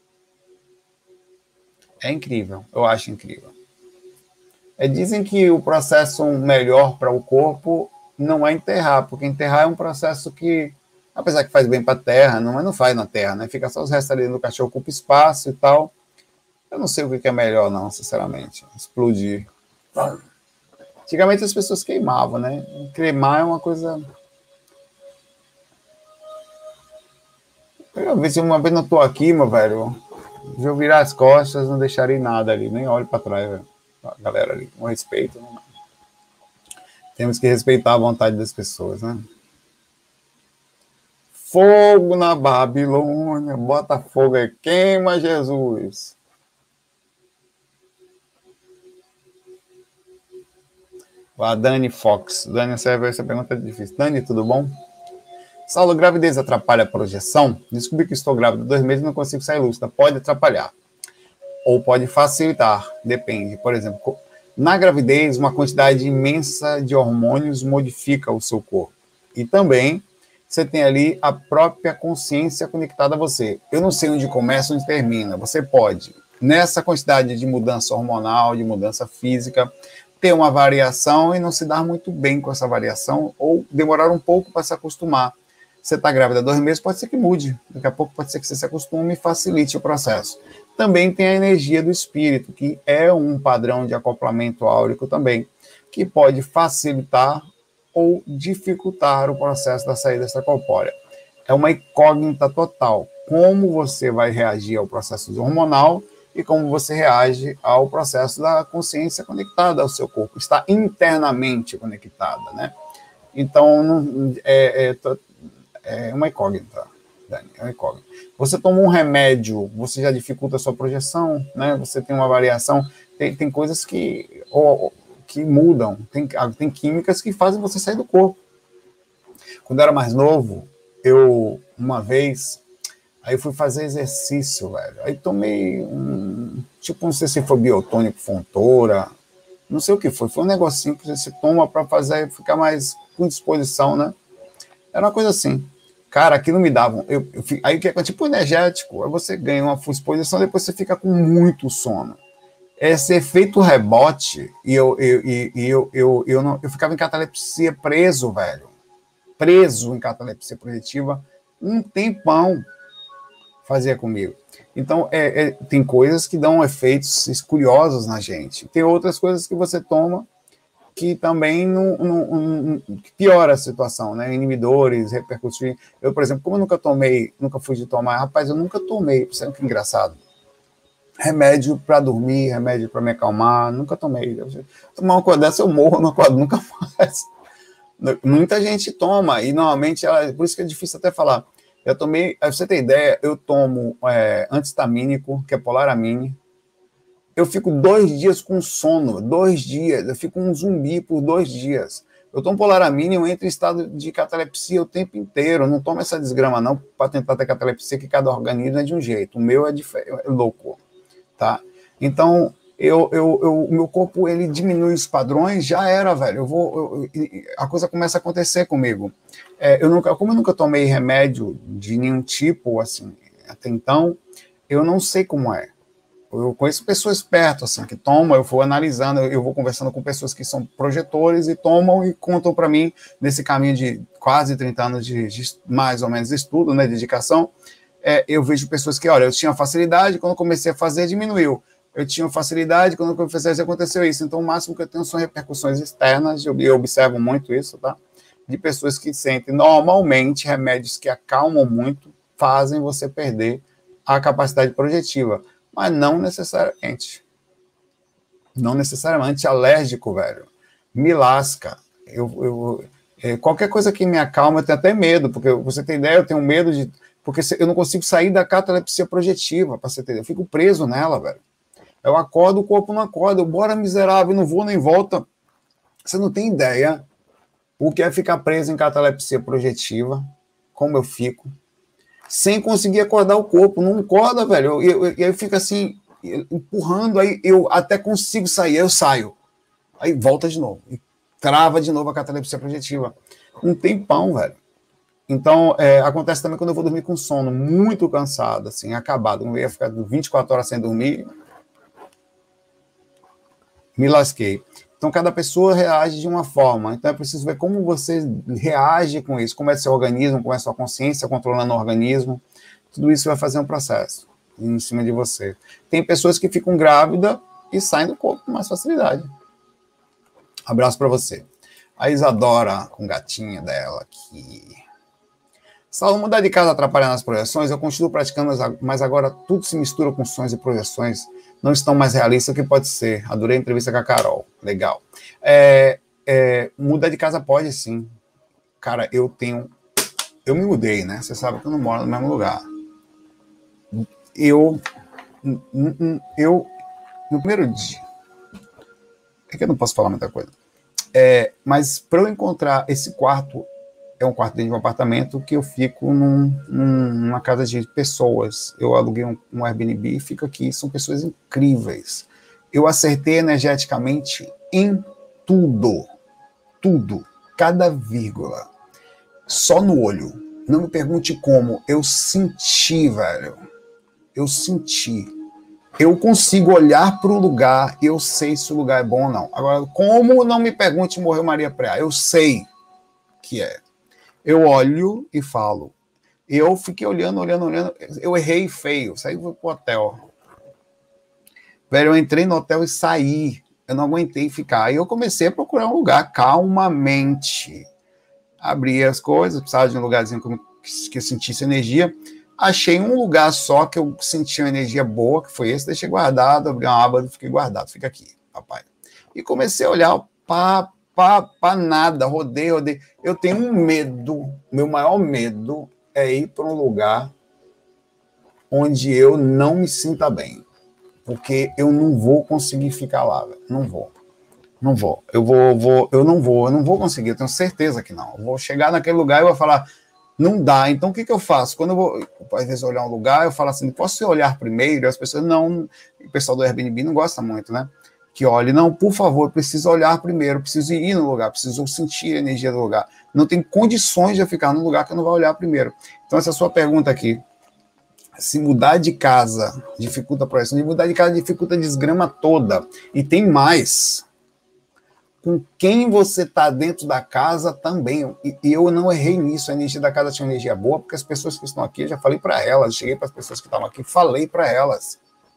É incrível, eu acho incrível. É, dizem que o processo melhor para o corpo não é enterrar, porque enterrar é um processo que, apesar que faz bem para a terra, não, mas não faz na terra, né? Fica só os restos ali do cachorro, ocupa espaço e tal. Eu não sei o que é melhor, não, sinceramente. Explodir. Antigamente as pessoas queimavam, né? Cremar é uma coisa... Eu vejo uma vez não estou aqui, meu velho... Se eu virar as costas, não deixarei nada ali, nem olho para trás, velho. A galera ali, com respeito. Né? Temos que respeitar a vontade das pessoas, né? Fogo na Babilônia, bota fogo aí, queima Jesus. A Dani Fox. Dani, essa pergunta é difícil. Dani, tudo bom? Saulo, gravidez atrapalha a projeção? Descobri que estou grávida há dois meses e não consigo sair lúcida. Pode atrapalhar. Ou pode facilitar. Depende. Por exemplo, na gravidez, uma quantidade imensa de hormônios modifica o seu corpo. E também, você tem ali a própria consciência conectada a você. Eu não sei onde começa, onde termina. Você pode, nessa quantidade de mudança hormonal, de mudança física, ter uma variação e não se dar muito bem com essa variação, ou demorar um pouco para se acostumar. Você está grávida há dois meses, pode ser que mude. Daqui a pouco pode ser que você se acostume e facilite o processo. Também tem a energia do espírito, que é um padrão de acoplamento áurico também, que pode facilitar ou dificultar o processo da saída extracorpórea. É uma incógnita total. Como você vai reagir ao processo hormonal e como você reage ao processo da consciência conectada ao seu corpo. Está internamente conectada, né? Então, não, é, é, é uma incógnita, Dani, é uma incógnita. Você toma um remédio, você já dificulta a sua projeção, né? Você tem uma variação, tem, tem coisas que, ou, que mudam, tem, tem químicas que fazem você sair do corpo. Quando eu era mais novo, eu, uma vez, aí eu fui fazer exercício, velho. Aí tomei um, tipo, não sei se foi biotônico, fontora, não sei o que foi. Foi um negocinho que você toma para fazer, ficar mais com disposição, né? Era uma coisa assim. Cara, aquilo me dava... Eu, eu, aí que é tipo energético, aí você ganha uma disposição, depois você fica com muito sono. Esse efeito rebote, e eu, eu, eu, eu, eu, eu, não, eu ficava em catalepsia preso, velho. Preso em catalepsia projetiva, um tempão fazia comigo. Então, é, é, tem coisas que dão efeitos curiosos na gente. Tem outras coisas que você toma que também não, não, não, que piora a situação, né? Inibidores, repercutir. Eu, por exemplo, como eu nunca tomei, nunca fui de tomar, rapaz, eu nunca tomei, sabe que engraçado? Remédio para dormir, remédio para me acalmar, nunca tomei. Tomar uma coisa dessa, eu morro, não acordo nunca mais. Muita gente toma, e normalmente, ela, por isso que é difícil até falar. Eu tomei, pra você ter ideia, eu tomo é, antistamínico, que é polaramine. Eu fico dois dias com sono, dois dias, eu fico um zumbi por dois dias. Eu tomo polaramine, eu entro em estado de catalepsia o tempo inteiro. Eu não tomo essa desgrama, não, para tentar ter catalepsia, que cada organismo é de um jeito. O meu é, é louco, tá? Então, eu, eu, eu, o meu corpo, ele diminui os padrões, já era, velho. Eu vou, eu, a coisa começa a acontecer comigo. É, eu nunca, como eu nunca tomei remédio de nenhum tipo, assim, até então, eu não sei como é. Eu conheço pessoas perto, assim, que tomam, eu vou analisando, eu vou conversando com pessoas que são projetores e tomam e contam para mim, nesse caminho de quase trinta anos de, de mais ou menos estudo, né, dedicação, é, eu vejo pessoas que, olha, eu tinha facilidade, quando comecei a fazer, diminuiu. Eu tinha facilidade, quando comecei a fazer, aconteceu isso. Então, o máximo que eu tenho são repercussões externas, eu, eu observo muito isso, tá? De pessoas que sentem, normalmente, remédios que acalmam muito, fazem você perder a capacidade projetiva. Mas não necessariamente. Não necessariamente alérgico, velho. Me lasca. Eu, eu, é, qualquer coisa que me acalma, eu tenho até medo, porque você tem ideia, eu tenho medo de... Porque eu não consigo sair da catalepsia projetiva, para você ter ideia. Eu fico preso nela, velho. Eu acordo, o corpo não acorda. Eu, bora miserável, não vou nem volta. Você não tem ideia o que é ficar preso em catalepsia projetiva, como eu fico, sem conseguir acordar o corpo, não acorda, velho, e eu, eu, eu fico assim, empurrando, aí eu até consigo sair, aí eu saio, aí volta de novo, e trava de novo a catalepsia projetiva, um tempão, velho. Então, é, acontece também quando eu vou dormir com sono, muito cansado, assim, acabado, não ia ficar vinte e quatro horas sem dormir, me lasquei. Então, cada pessoa reage de uma forma. Então, é preciso ver como você reage com isso, como é seu organismo, como é sua consciência controlando o organismo. Tudo isso vai fazer um processo em cima de você. Tem pessoas que ficam grávidas e saem do corpo com mais facilidade. Abraço para você. A Isadora, com gatinha dela aqui. Saulo, mudar de casa atrapalha nas projeções? Eu continuo praticando, mas agora tudo se mistura com sonhos e projeções. Não estão mais realistas, o que pode ser. Adorei a entrevista com a Carol. Legal. É, é, mudar de casa pode, sim. Cara, eu tenho... Eu me mudei, né? Você sabe que eu não moro no mesmo lugar. Eu... Eu... No primeiro dia... É que eu não posso falar muita coisa. É, mas para eu encontrar esse quarto... É um quarto dentro de um apartamento que eu fico num, num, numa casa de pessoas. Eu aluguei um, um Airbnb e fico aqui. São pessoas incríveis. Eu acertei energeticamente em tudo. Tudo. Cada vírgula. Só no olho. Não me pergunte como. Eu senti, velho. Eu senti. Eu consigo olhar para o lugar e eu sei se o lugar é bom ou não. Agora, como não me pergunte morreu Maria Preá? Eu sei que é. Eu olho e falo. Eu fiquei olhando, olhando, olhando. Eu errei feio. Saí pro hotel. Velho, eu entrei no hotel e saí. Eu não aguentei ficar. Aí eu comecei a procurar um lugar calmamente. Abri as coisas, precisava de um lugarzinho que eu sentisse energia. Achei um lugar só que eu senti uma energia boa, que foi esse, deixei guardado, abri uma aba e fiquei guardado. Fica aqui, papai. E comecei a olhar, pá, pá, pá, nada, rodei, rodei. Eu tenho um medo, meu maior medo é ir para um lugar onde eu não me sinta bem. Porque eu não vou conseguir ficar lá, velho. Não vou. Não vou. Eu vou, vou, eu não vou, eu não vou conseguir, eu tenho certeza que não. Eu vou chegar naquele lugar e vou falar, não dá. Então o que, que eu faço? Quando eu vou, às vezes, olhar um lugar, eu falo assim, posso olhar primeiro? E as pessoas, não, o pessoal do Airbnb não gosta muito, né? Que olhe, não, por favor, eu preciso olhar primeiro, eu preciso ir no lugar, preciso sentir a energia do lugar. Não tem condições de eu ficar num lugar que eu não vou olhar primeiro. Então essa é a sua pergunta aqui. Se mudar de casa dificulta a projeção, de mudar de casa dificulta a desgrama toda. E tem mais. Com quem você está dentro da casa também. E eu não errei nisso. A energia da casa tinha uma energia boa, porque as pessoas que estão aqui, eu já falei para elas, cheguei para as pessoas que estavam aqui, falei para elas.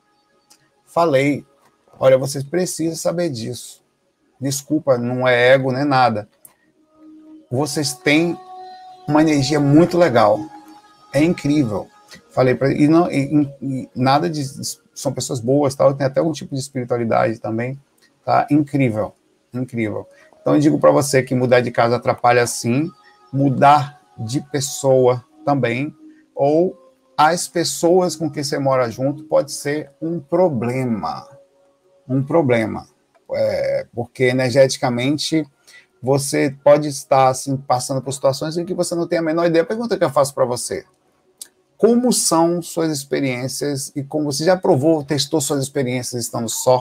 Falei. Olha, vocês precisam saber disso. Desculpa, não é ego, nem nada. Vocês têm uma energia muito legal. É incrível. Falei para e não e, e, nada de são pessoas boas, tal, tem até algum tipo de espiritualidade também, tá? Incrível, incrível. Então eu digo para você que mudar de casa atrapalha sim, mudar de pessoa também, ou as pessoas com quem você mora junto pode ser um problema, um problema, é, porque energeticamente você pode estar assim passando por situações em que você não tem a menor ideia. Pergunta que eu faço para você. Como são suas experiências e como você já provou, testou suas experiências estando só?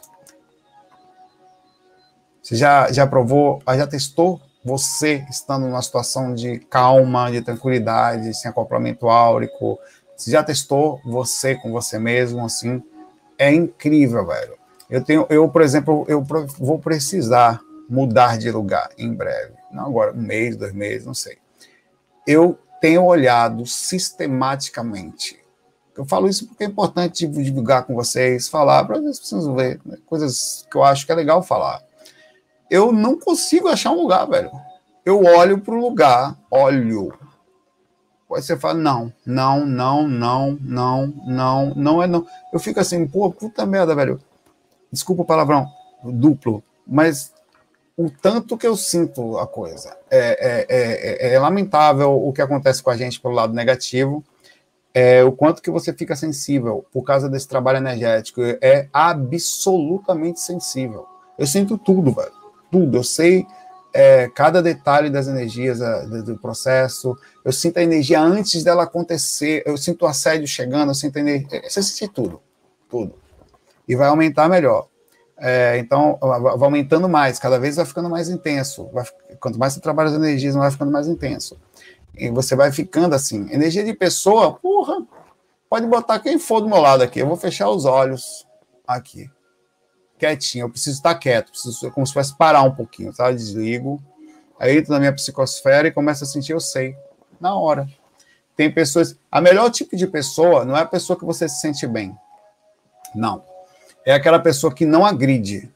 Você já, já provou, já testou você estando numa situação de calma, de tranquilidade, sem acoplamento áurico? Você já testou você com você mesmo, assim? É incrível, velho. Eu, tenho, eu por exemplo, eu vou precisar mudar de lugar em breve. Não agora, um mês, dois meses, não sei. Eu tenho olhado sistematicamente. Eu falo isso porque é importante divulgar com vocês, falar, para vocês precisam ver, né? Coisas que eu acho que é legal falar. Eu não consigo achar um lugar, velho. Eu olho para o lugar, olho. Aí você fala, não, não, não, não, não, não, não é não. Eu fico assim, pô, puta merda, velho. Desculpa o palavrão duplo, mas o tanto que eu sinto a coisa. É, é, é, é lamentável o que acontece com a gente pelo lado negativo, é, o quanto que você fica sensível por causa desse trabalho energético. É absolutamente sensível. Eu sinto tudo, velho. Tudo. Eu sei é, cada detalhe das energias do, do processo. Eu sinto a energia antes dela acontecer. Eu sinto o assédio chegando. Eu sinto a energia. Você sente tudo. Tudo. E vai aumentar melhor. É, então, vai aumentando mais, cada vez vai ficando mais intenso. Vai, quanto mais você trabalha as energias, vai ficando mais intenso. E você vai ficando assim. Energia de pessoa, porra, pode botar quem for do meu lado aqui. Eu vou fechar os olhos aqui, quietinho. Eu preciso estar quieto, preciso, como se fosse parar um pouquinho, tá? Eu desligo, aí entro na minha psicosfera e começo a sentir, eu sei, na hora. Tem pessoas. A melhor tipo de pessoa não é a pessoa que você se sente bem. Não. É aquela pessoa que não agride.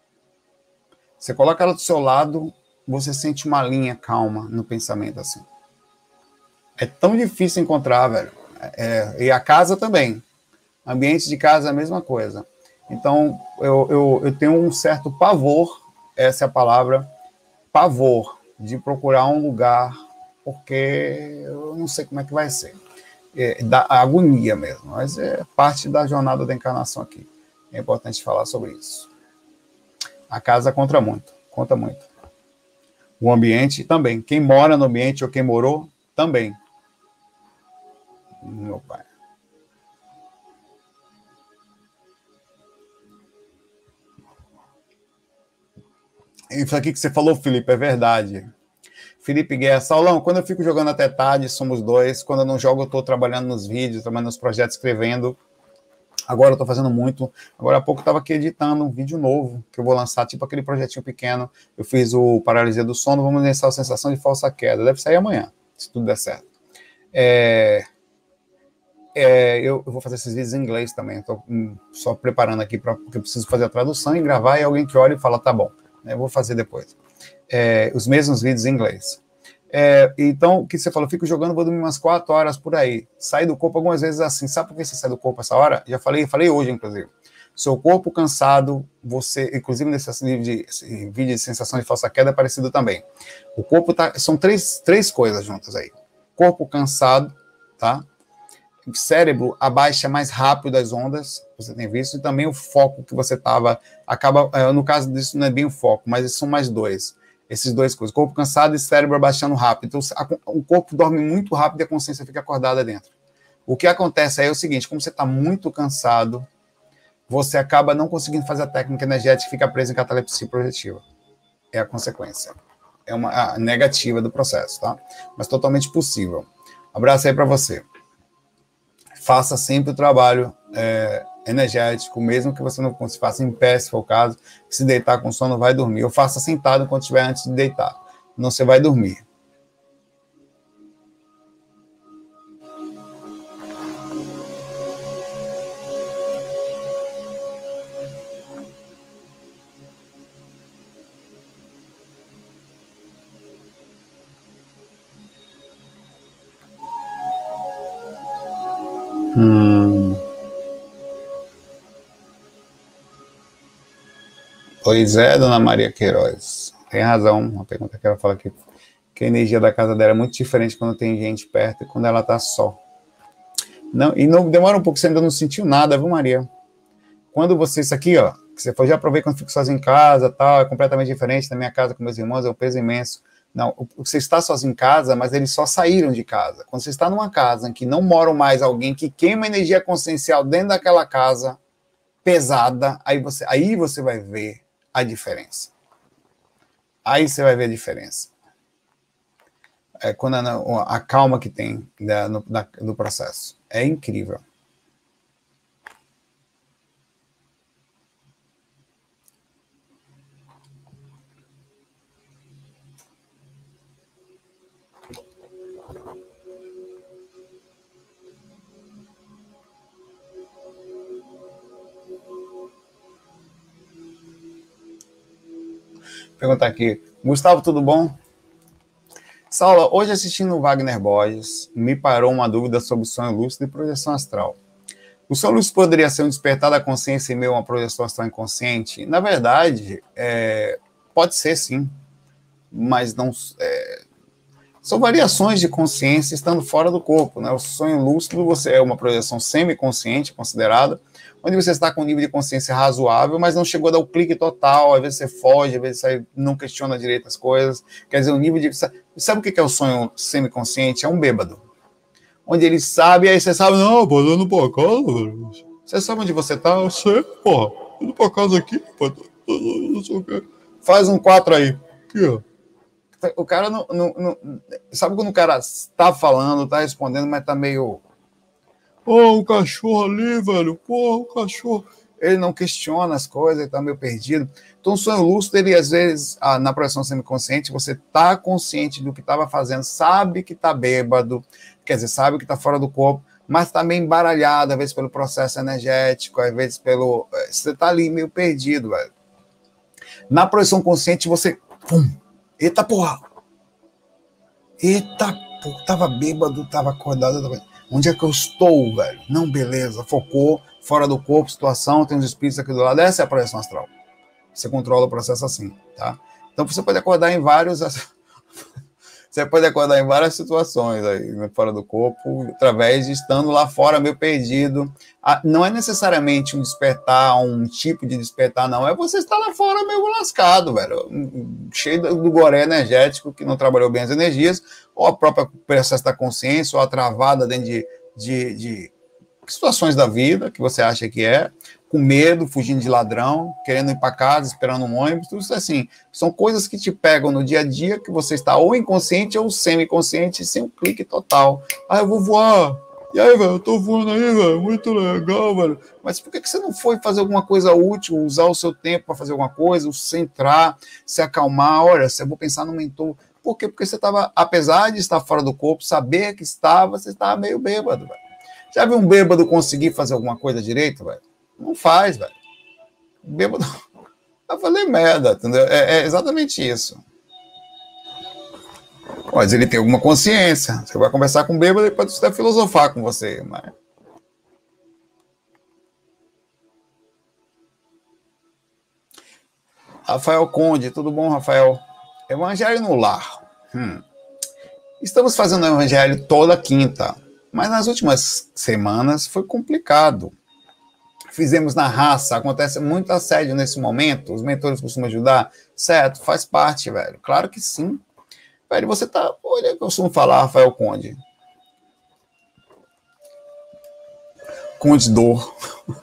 Você coloca ela do seu lado, você sente uma linha calma no pensamento, assim. É tão difícil encontrar, velho. É, e a casa também. Ambiente de casa é a mesma coisa. Então, eu, eu, eu tenho um certo pavor, essa é a palavra, pavor, de procurar um lugar, porque eu não sei como é que vai ser. É, da agonia mesmo, mas é parte da jornada da encarnação aqui. É importante falar sobre isso. A casa conta muito, conta muito. O ambiente também. Quem mora no ambiente ou quem morou, também. Meu pai. Isso aqui que você falou, Felipe, é verdade. Felipe Guerra, Saulão, quando eu fico jogando até tarde, somos dois. Quando eu não jogo, eu estou trabalhando nos vídeos, trabalhando nos projetos, escrevendo. Agora eu estou fazendo muito. Agora há pouco eu estava aqui editando um vídeo novo, que eu vou lançar, tipo aquele projetinho pequeno. Eu fiz o Paralisia do Sono, vamos lançar a Sensação de Falsa Queda. Deve sair amanhã, se tudo der certo. É... é, eu, eu vou fazer esses vídeos em inglês também. Estou só preparando aqui, pra, porque eu preciso fazer a tradução e gravar, e alguém que olha e fala, tá bom, eu vou fazer depois. É, os mesmos vídeos em inglês. É, então, o que você falou, fico jogando, vou dormir umas quatro horas por aí. Sair do corpo algumas vezes assim. Sabe por que você sai do corpo essa hora? Já falei, falei hoje, inclusive. Seu corpo cansado, você, inclusive nesse vídeo de, vídeo de sensação de falsa queda é parecido também. O corpo tá, são três, três coisas juntas aí. Corpo cansado, tá? O cérebro abaixa mais rápido as ondas, você tem visto, e também o foco que você estava, acaba, no caso disso não é bem o foco, mas são mais dois, esses dois coisas, corpo cansado e cérebro abaixando rápido. Então a, o corpo dorme muito rápido e a consciência fica acordada dentro. O que acontece aí é o seguinte, como você está muito cansado, você acaba não conseguindo fazer a técnica energética e fica preso em catalepsia projetiva. É a consequência. É uma a negativa do processo, tá? Mas totalmente possível. Abraço aí para você. Faça sempre o trabalho é, energético, mesmo que você não se faça em pé, se for o caso, se deitar com sono, vai dormir. Ou faça sentado enquanto estiver antes de deitar. Não, você vai dormir. Hum. Pois é, dona Maria Queiroz. Tem razão. Uma pergunta que ela fala aqui. Que a energia da casa dela é muito diferente quando tem gente perto e quando ela está só. Não, e não demora um pouco, você ainda não sentiu nada, viu, Maria? Quando você, isso aqui, ó, que você foi, já provei quando fico sozinho em casa, tal, é completamente diferente da minha casa com meus irmãos, é um peso imenso. Não, você está sozinho em casa, mas eles só saíram de casa. Quando você está numa casa em que não mora mais alguém que queima energia consciencial dentro daquela casa pesada, aí você, aí você vai ver a diferença. Aí você vai ver a diferença. É quando a, a calma que tem da, no, da, do processo. É incrível. Perguntar aqui, Gustavo, tudo bom? Saula, hoje assistindo o Wagner Borges, me parou uma dúvida sobre sonho lúcido e projeção astral. O sonho lúcido poderia ser um despertar da consciência em meio a uma projeção astral inconsciente? Na verdade, é, pode ser sim, mas não... É, são variações de consciência estando fora do corpo, né? O sonho lúcido você é uma projeção semiconsciente considerada, onde você está com um nível de consciência razoável, mas não chegou a dar o clique total, às vezes você foge, às vezes você não questiona direito as coisas, quer dizer, o nível de... Sabe o que é o sonho semiconsciente? É um bêbado, onde ele sabe, aí você sabe, não, pô, eu não pra casa, você sabe onde você tá? Eu sei, porra, eu não pra casa aqui, pô, não sei o quê. Faz um quatro aí, aqui, ó. O cara não, não, não... Sabe quando o cara tá falando, tá respondendo, mas tá meio... Oh, o cachorro ali, velho. Porra, o cachorro. Ele não questiona as coisas, ele tá meio perdido. Então, o sonho lúcido, ele, às vezes, ah, na projeção semiconsciente, você tá consciente do que estava fazendo, sabe que tá bêbado, quer dizer, sabe que tá fora do corpo, mas tá meio embaralhado, às vezes, pelo processo energético, às vezes, pelo... Você tá ali meio perdido, velho. Na projeção consciente, você... Pum! Eita, porra! Eita, porra! Tava bêbado, tava acordado, tava... Onde é que eu estou, velho? Não, beleza. Focou, fora do corpo, situação, tem os espíritos aqui do lado. Essa é a projeção astral. Você controla o processo assim, tá? Então você pode acordar em vários... Você pode acordar em várias situações aí, fora do corpo, através de estando lá fora, meio perdido. Não é necessariamente um despertar, um tipo de despertar, não. É você estar lá fora meio lascado, velho. Cheio do goré energético, que não trabalhou bem as energias, ou a própria processo da consciência, ou a travada dentro de, de, de situações da vida, que você acha que é, com medo, fugindo de ladrão, querendo ir para casa, esperando um ônibus, tudo isso assim. São coisas que te pegam no dia a dia, que você está ou inconsciente ou semiconsciente, sem um clique total. Ah, eu vou voar. E aí, velho, eu tô voando aí, velho, muito legal, velho. Mas por que você não foi fazer alguma coisa útil, usar o seu tempo para fazer alguma coisa, centrar, se acalmar? Olha, se eu vou pensar no mentor. Por quê? Porque você estava, apesar de estar fora do corpo, saber que estava, você estava meio bêbado, velho. Já viu um bêbado conseguir fazer alguma coisa direito, velho? Não faz, velho. Bêbado... Eu falei merda, entendeu? É, é exatamente isso. Mas ele tem alguma consciência. Você vai conversar com o bêbado e pode até filosofar com você, mas... Rafael Conde, tudo bom, Rafael? Evangelho no lar. Hum. Estamos fazendo o evangelho toda quinta, mas nas últimas semanas foi complicado. Fizemos na raça, acontece muito assédio nesse momento, os mentores costumam ajudar, certo? Faz parte, velho. Claro que sim. Velho, você tá... Olha, eu costumo falar, Rafael Conde. Conde Dor.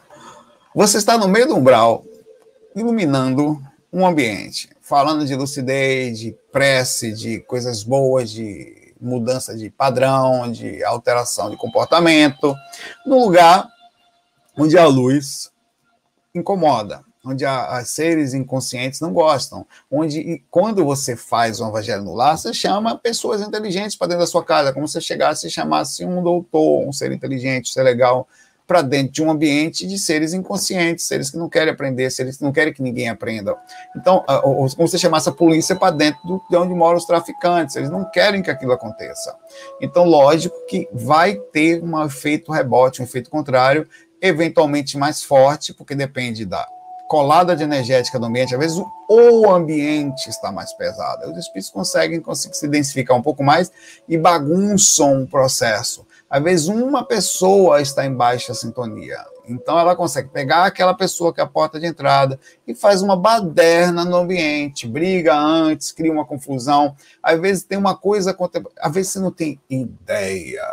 Você está no meio do umbral, iluminando um ambiente, falando de lucidez, de prece, de coisas boas, de mudança de padrão, de alteração de comportamento, num lugar onde a luz incomoda, onde os seres inconscientes não gostam, onde quando você faz o evangelho no lar, você chama pessoas inteligentes para dentro da sua casa, como se chegasse e chamasse um doutor, um ser inteligente, um ser legal, para dentro de um ambiente de seres inconscientes, seres que não querem aprender, seres que não querem que ninguém aprenda. Então, como você chamasse a polícia para dentro do, de onde moram os traficantes, eles não querem que aquilo aconteça. Então, lógico que vai ter um efeito rebote, um efeito contrário, eventualmente mais forte, porque depende da colada de energética do ambiente, às vezes o ambiente está mais pesado. Os espíritos conseguem, conseguem se densificar um pouco mais e bagunçam o processo. Às vezes uma pessoa está em baixa sintonia, então ela consegue pegar aquela pessoa que é a porta de entrada e faz uma baderna no ambiente, briga antes, cria uma confusão, às vezes tem uma coisa, às vezes você não tem ideia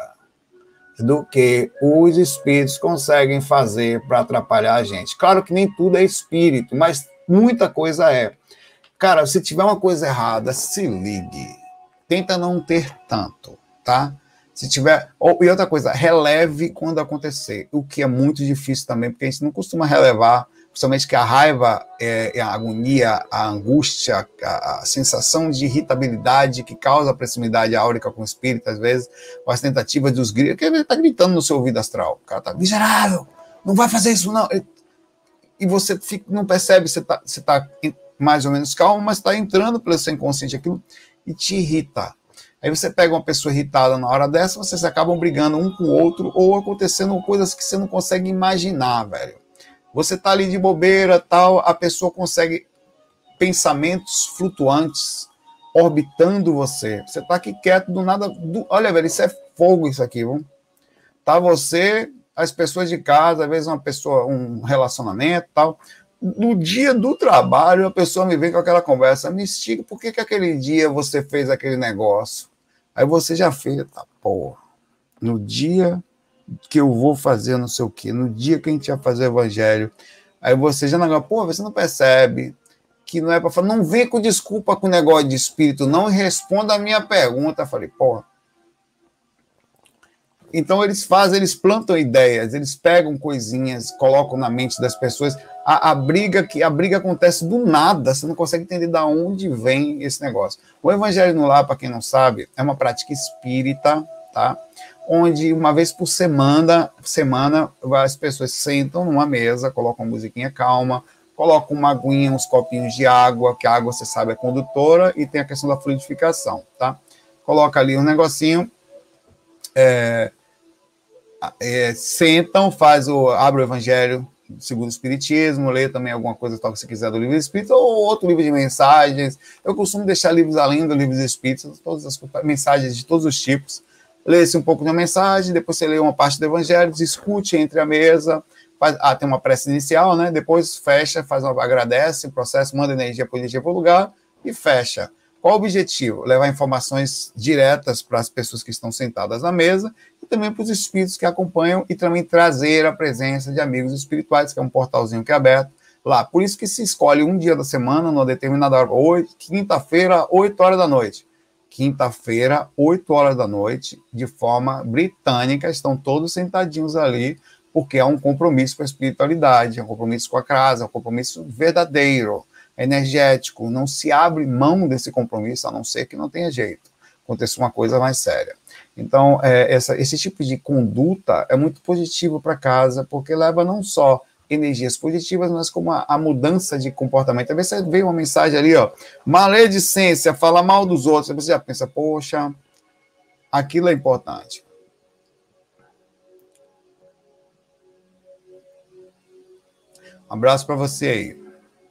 do que os espíritos conseguem fazer para atrapalhar a gente. Claro que nem tudo é espírito, mas muita coisa é. Cara, se tiver uma coisa errada, se ligue. Tenta não ter tanto, tá? Se tiver... E outra coisa, releve quando acontecer, o que é muito difícil também, porque a gente não costuma relevar, principalmente que a raiva, é, a agonia, a angústia, a, a sensação de irritabilidade que causa a proximidade áurica com o espírito, às vezes, com as tentativas dos gritos, que ele está gritando no seu ouvido astral. O cara está, miserável, não vai fazer isso não. E você fica, não percebe, você está você tá mais ou menos calmo, mas está entrando pelo seu inconsciente aquilo e te irrita. Aí você pega uma pessoa irritada na hora dessa, vocês acabam brigando um com o outro ou acontecendo coisas que você não consegue imaginar, velho. Você tá ali de bobeira, tal, a pessoa consegue pensamentos flutuantes orbitando você. Você tá aqui quieto, do nada... Do... Olha, velho, isso é fogo isso aqui, viu? Tá você, as pessoas de casa, às vezes uma pessoa, um relacionamento, tal... No dia do trabalho, a pessoa me vem com aquela conversa, me explica por que que aquele dia você fez aquele negócio. Aí você já fez, tá, porra, no dia que eu vou fazer não sei o quê, no dia que a gente vai fazer o evangelho, aí você já não, pô, você não percebe que não é para falar, não vem com desculpa com o negócio de espírito, não responda a minha pergunta. Eu falei, porra. Então eles fazem, eles plantam ideias, eles pegam coisinhas, colocam na mente das pessoas, a, a briga que a briga acontece do nada, você não consegue entender de onde vem esse negócio. O Evangelho no Lar, para quem não sabe, é uma prática espírita, tá? Onde uma vez por semana, semana as pessoas sentam numa mesa, colocam uma musiquinha calma, colocam uma aguinha, uns copinhos de água, que a água, você sabe, é condutora, e tem a questão da fluidificação, tá? Coloca ali um negocinho, é, É, sentam, faz o, abre o Evangelho segundo o Espiritismo, lê também alguma coisa tal que você quiser do livro do Espírito, ou outro livro de mensagens. Eu costumo deixar livros além do livro dos Espíritos, todas as mensagens de todos os tipos. Lê-se um pouco de uma mensagem, depois você lê uma parte do Evangelho, discute entre a mesa, faz, ah, tem uma prece inicial, né? Depois fecha, faz uma, agradece o processo, manda energia positiva para o lugar e fecha. Qual o objetivo? Levar informações diretas para as pessoas que estão sentadas na mesa e também para os espíritos que acompanham e também trazer a presença de amigos espirituais, que é um portalzinho que é aberto lá. Por isso que se escolhe um dia da semana, numa determinada hora, quinta-feira, oito horas da noite. Quinta-feira, oito horas da noite, de forma britânica, estão todos sentadinhos ali, porque é um compromisso com a espiritualidade, é um compromisso com a casa, é um compromisso verdadeiro, energético, não se abre mão desse compromisso, a não ser que não tenha jeito, aconteça uma coisa mais séria. Então, é, essa, esse tipo de conduta é muito positivo para casa, porque leva não só energias positivas, mas como a, a mudança de comportamento. Às vezes você vê uma mensagem ali, ó, maledicência, fala mal dos outros, você já pensa, poxa, aquilo é importante. Um abraço para você aí.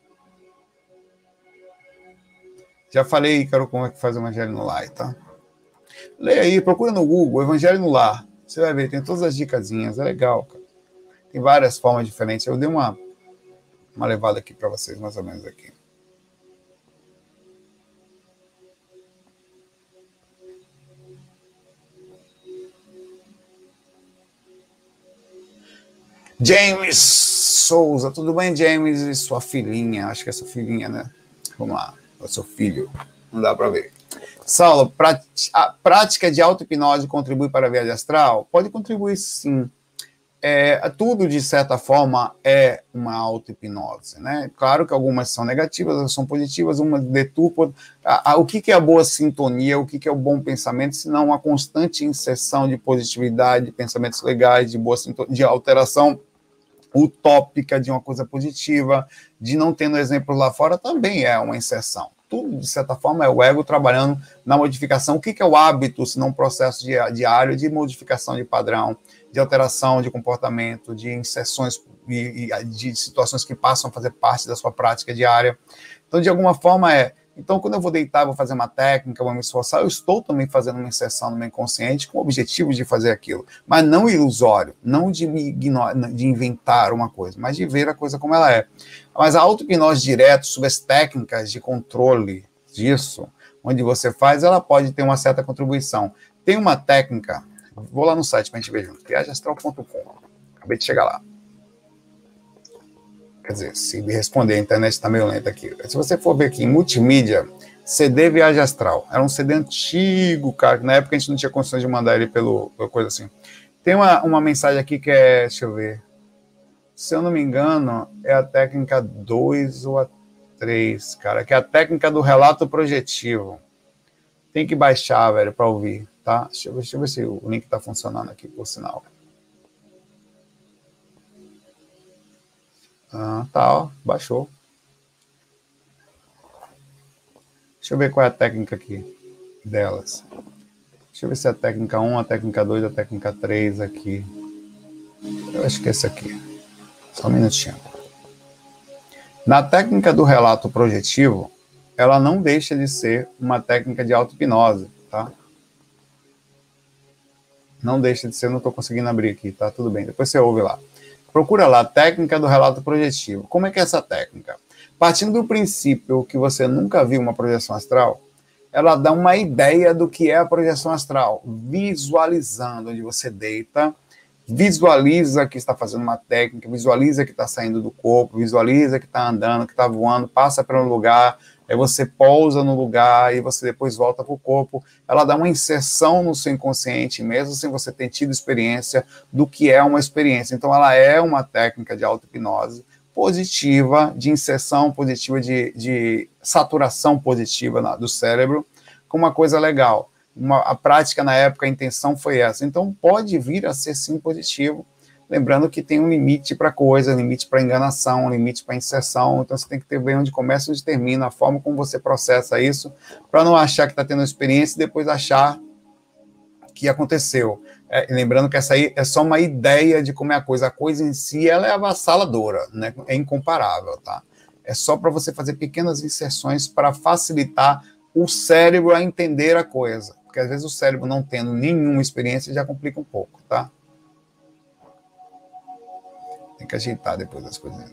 Já falei, Ícaro, como é que faz o Evangelho no Lar, tá? Leia aí, procura no Google, Evangelho no Lar. Você vai ver, tem todas as dicasinhas, é legal, cara. Tem várias formas diferentes. Eu dei uma, uma levada aqui para vocês, mais ou menos aqui. James Souza, tudo bem, James? E sua filhinha, acho que é sua filhinha, né? Vamos lá, é o seu filho, não dá para ver. Saulo, a prática de auto-hipnose contribui para a viagem astral? Pode contribuir, sim. É, tudo, de certa forma, é uma auto-hipnose, né? Claro que algumas são negativas, outras são positivas, uma deturpa. A, a, o que, que é a boa sintonia, o que, que é o bom pensamento, se não uma constante inserção de positividade, de pensamentos legais, de boa sintonia, de alteração utópica de uma coisa positiva, de não tendo exemplos lá fora, também é uma inserção. Tudo, de certa forma, é o ego trabalhando na modificação. O que, que é o hábito, se não um processo diário de modificação de padrão, de alteração de comportamento, de inserções e, e de situações que passam a fazer parte da sua prática diária. Então, de alguma forma, é... Então, quando eu vou deitar, vou fazer uma técnica, vou me esforçar, eu estou também fazendo uma inserção no meu inconsciente com o objetivo de fazer aquilo, mas não ilusório, não de me ignorar, de inventar uma coisa, mas de ver a coisa como ela é. Mas a auto-hipnose direto, sobre as técnicas de controle disso, onde você faz, ela pode ter uma certa contribuição. Tem uma técnica, vou lá no site para a gente ver junto, viagem astral ponto com, acabei de chegar lá. Quer dizer, se me responder, a internet está meio lenta aqui. Se você for ver aqui em multimídia, C D Viagem Astral. Era um C D antigo, cara, que na época a gente não tinha condições de mandar ele pelo, pela coisa assim. Tem uma, uma mensagem aqui que é, deixa eu ver, se eu não me engano, é a técnica dois ou a três, cara, que é a técnica do relato projetivo. Tem que baixar, velho, para ouvir, tá? Deixa eu, ver, deixa eu ver se o link está funcionando aqui, por sinal. Ah, tá, ó, baixou. Deixa eu ver qual é a técnica aqui delas. Deixa eu ver se é a técnica um, a técnica dois, a técnica três aqui. Eu acho que é essa aqui. Só um minutinho. Na técnica do relato projetivo, ela não deixa de ser uma técnica de auto-hipnose, tá? Não deixa de ser, não estou conseguindo abrir aqui, tá? Tudo bem, depois você ouve lá. Procura lá, técnica do relato projetivo. Como é que é essa técnica? Partindo do princípio que você nunca viu uma projeção astral, ela dá uma ideia do que é a projeção astral, visualizando, onde você deita, visualiza que está fazendo uma técnica, visualiza que está saindo do corpo, visualiza que está andando, que está voando, passa para um lugar, aí você pousa no lugar e você depois volta para o corpo. Ela dá uma inserção no seu inconsciente, mesmo sem você ter tido experiência do que é uma experiência. Então, ela é uma técnica de auto-hipnose positiva, de inserção positiva, de, de saturação positiva na, do cérebro, com uma coisa legal. Uma, a prática, na época, a intenção foi essa. Então, pode vir a ser, sim, positivo, lembrando que tem um limite para coisa, limite para enganação, um limite para inserção, então você tem que ter bem onde começa e onde termina, a forma como você processa isso, para não achar que está tendo experiência e depois achar que aconteceu. É, lembrando que essa aí é só uma ideia de como é a coisa. A coisa em si, ela é avassaladora, né? É incomparável, tá? É só para você fazer pequenas inserções para facilitar o cérebro a entender a coisa, porque às vezes o cérebro não tendo nenhuma experiência já complica um pouco, tá? Tem que ajeitar depois das coisas.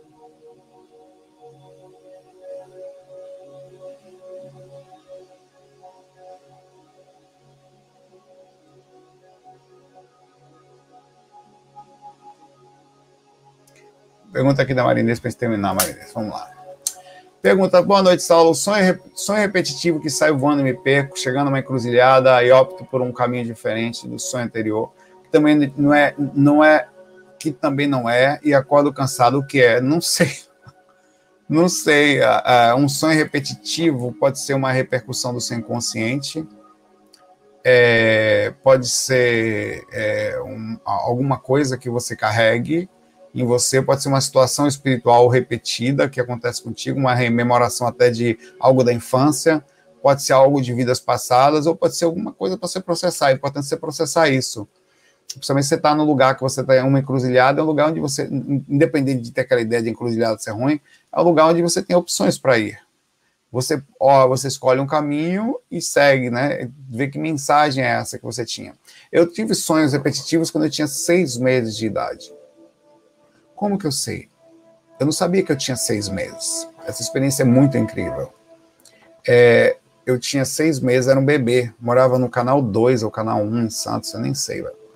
Pergunta aqui da Marinês para a gente terminar, Marinês. Vamos lá. Pergunta, boa noite, Saulo. Sonho, sonho repetitivo que saio voando e me perco, chegando a uma encruzilhada e opto por um caminho diferente do sonho anterior, que também não é, não é, que também não é, e acordo cansado, o que é? Não sei. Não sei. Um sonho repetitivo pode ser uma repercussão do seu inconsciente. é, pode ser é, um, alguma coisa que você carregue em você, pode ser uma situação espiritual repetida que acontece contigo, uma rememoração até de algo da infância, pode ser algo de vidas passadas, ou pode ser alguma coisa para você processar. É importante você processar isso. Principalmente se você está no lugar que você está em uma encruzilhada, é um lugar onde você, independente de ter aquela ideia de encruzilhada ser ruim, é um lugar onde você tem opções para ir. Você, ó, você escolhe um caminho e segue, né? Vê que mensagem é essa que você tinha. Eu tive sonhos repetitivos quando eu tinha seis meses de idade. Como que eu sei? Eu não sabia que eu tinha seis meses. Essa experiência é muito incrível. É, eu tinha seis meses, era um bebê. Morava no canal dois ou canal um em Santos, eu nem sei, velho.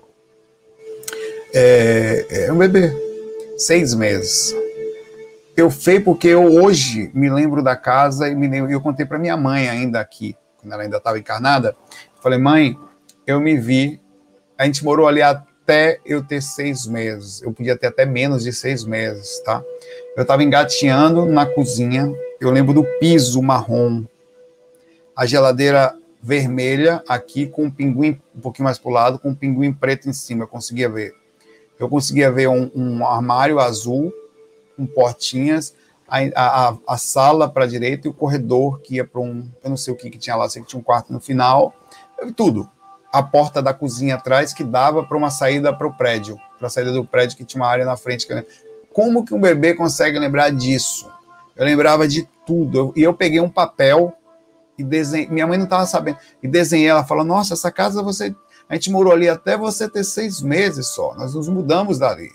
É, é um bebê. Seis meses. Eu fei porque eu hoje me lembro da casa e me lembro, eu contei para minha mãe ainda aqui, quando ela ainda estava encarnada. Falei, mãe, eu me vi. A gente morou ali até eu ter seis meses. Eu podia ter até menos de seis meses, tá? Eu estava engateando na cozinha. Eu lembro do piso marrom. A geladeira vermelha aqui com um pinguim um pouquinho mais pro lado, com um pinguim preto em cima. Eu conseguia ver. Eu conseguia ver um, um armário azul com portinhas, a, a, a sala para a direita e o corredor que ia para um... Eu não sei o que, que tinha lá, sei que tinha um quarto no final. Tudo. A porta da cozinha atrás que dava para uma saída para o prédio, para a saída do prédio que tinha uma área na frente. Como que um bebê consegue lembrar disso? Eu lembrava de tudo. Eu, e eu peguei um papel e desenhei. Minha mãe não estava sabendo. E desenhei. Ela falou, nossa, essa casa você... A gente morou ali até você ter seis meses só. Nós nos mudamos dali.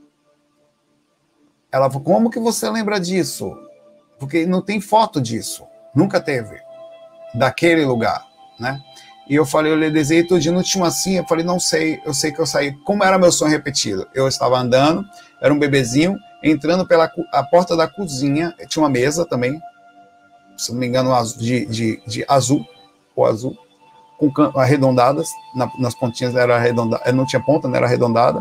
Ela falou, como que você lembra disso? Porque não tem foto disso. Nunca teve. Daquele lugar, né? E eu falei, eu desenhei todo dia, não tinha uma assim. Eu falei, não sei, eu sei que eu saí. Como era meu sonho repetido? Eu estava andando, era um bebezinho, entrando pela a porta da cozinha, tinha uma mesa também, se não me engano, de, de, de azul, ou azul, com arredondadas, na, nas pontinhas era arredondada, não tinha ponta, não era arredondada.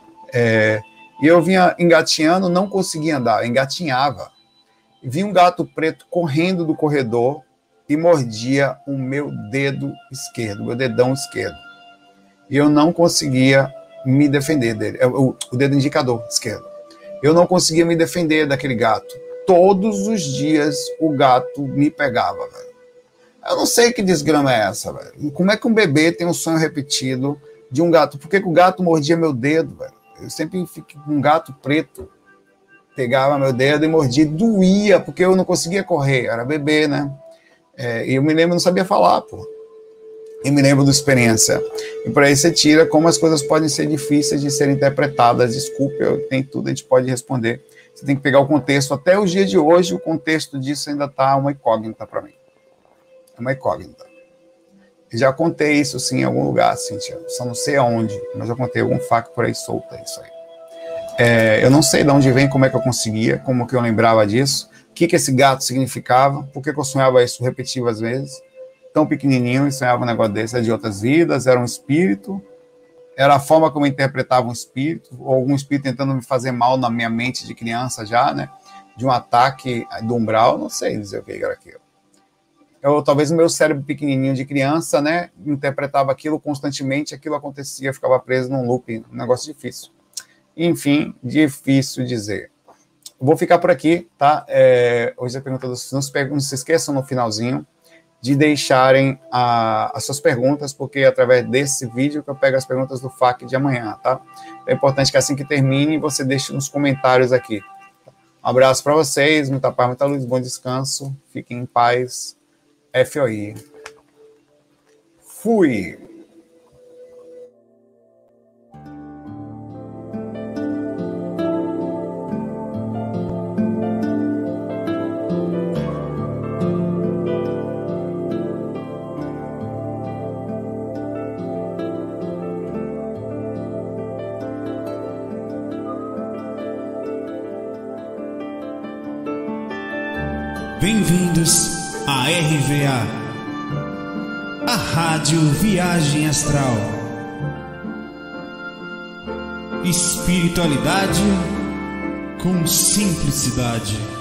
É, e eu vinha engatinhando, não conseguia andar, engatinhava. Vi um gato preto correndo do corredor e mordia o meu dedo esquerdo, meu dedão esquerdo. E eu não conseguia me defender dele, o, o dedo indicador esquerdo. Eu não conseguia me defender daquele gato. Todos os dias o gato me pegava, velho. Eu não sei que desgrama é essa, velho. Como é que um bebê tem um sonho repetido de um gato? Por que, que o gato mordia meu dedo, velho? Eu sempre fiquei com um gato preto. Pegava meu dedo e mordia. Doía, porque eu não conseguia correr. Era bebê, né? É, e eu me lembro, não sabia falar, pô. E me lembro da experiência. E por aí você tira como as coisas podem ser difíceis de serem interpretadas. Desculpe, eu tenho tudo, a gente pode responder. Você tem que pegar o contexto. Até os dias de hoje, o contexto disso ainda está uma incógnita para mim. É uma incógnita. Já contei isso, sim, em algum lugar, Cíntia. Só não sei aonde, mas eu contei algum fato por aí solta, isso aí. É, eu não sei de onde vem, como é que eu conseguia, como que eu lembrava disso, o que que esse gato significava, por que que eu sonhava isso repetitivas vezes, tão pequenininho e sonhava um negócio desse, era de outras vidas, era um espírito, era a forma como eu interpretava um espírito, ou algum espírito tentando me fazer mal na minha mente de criança já, né, de um ataque do umbral, não sei dizer o que era aquilo. Eu, talvez o meu cérebro pequenininho de criança, né, interpretava aquilo constantemente, aquilo acontecia, ficava preso num loop, um negócio difícil. Enfim, difícil dizer. Vou ficar por aqui, tá? É, hoje a pergunta dos... Não se, não se esqueçam no finalzinho de deixarem a, as suas perguntas, porque é através desse vídeo que eu pego as perguntas do F A Q de amanhã, tá? É importante que assim que termine, você deixe nos comentários aqui. Um abraço para vocês, muita paz, muita luz, bom descanso, fiquem em paz. F O I. Fui. Bem-vindos a R V A, a Rádio Viagem Astral. Espiritualidade com simplicidade.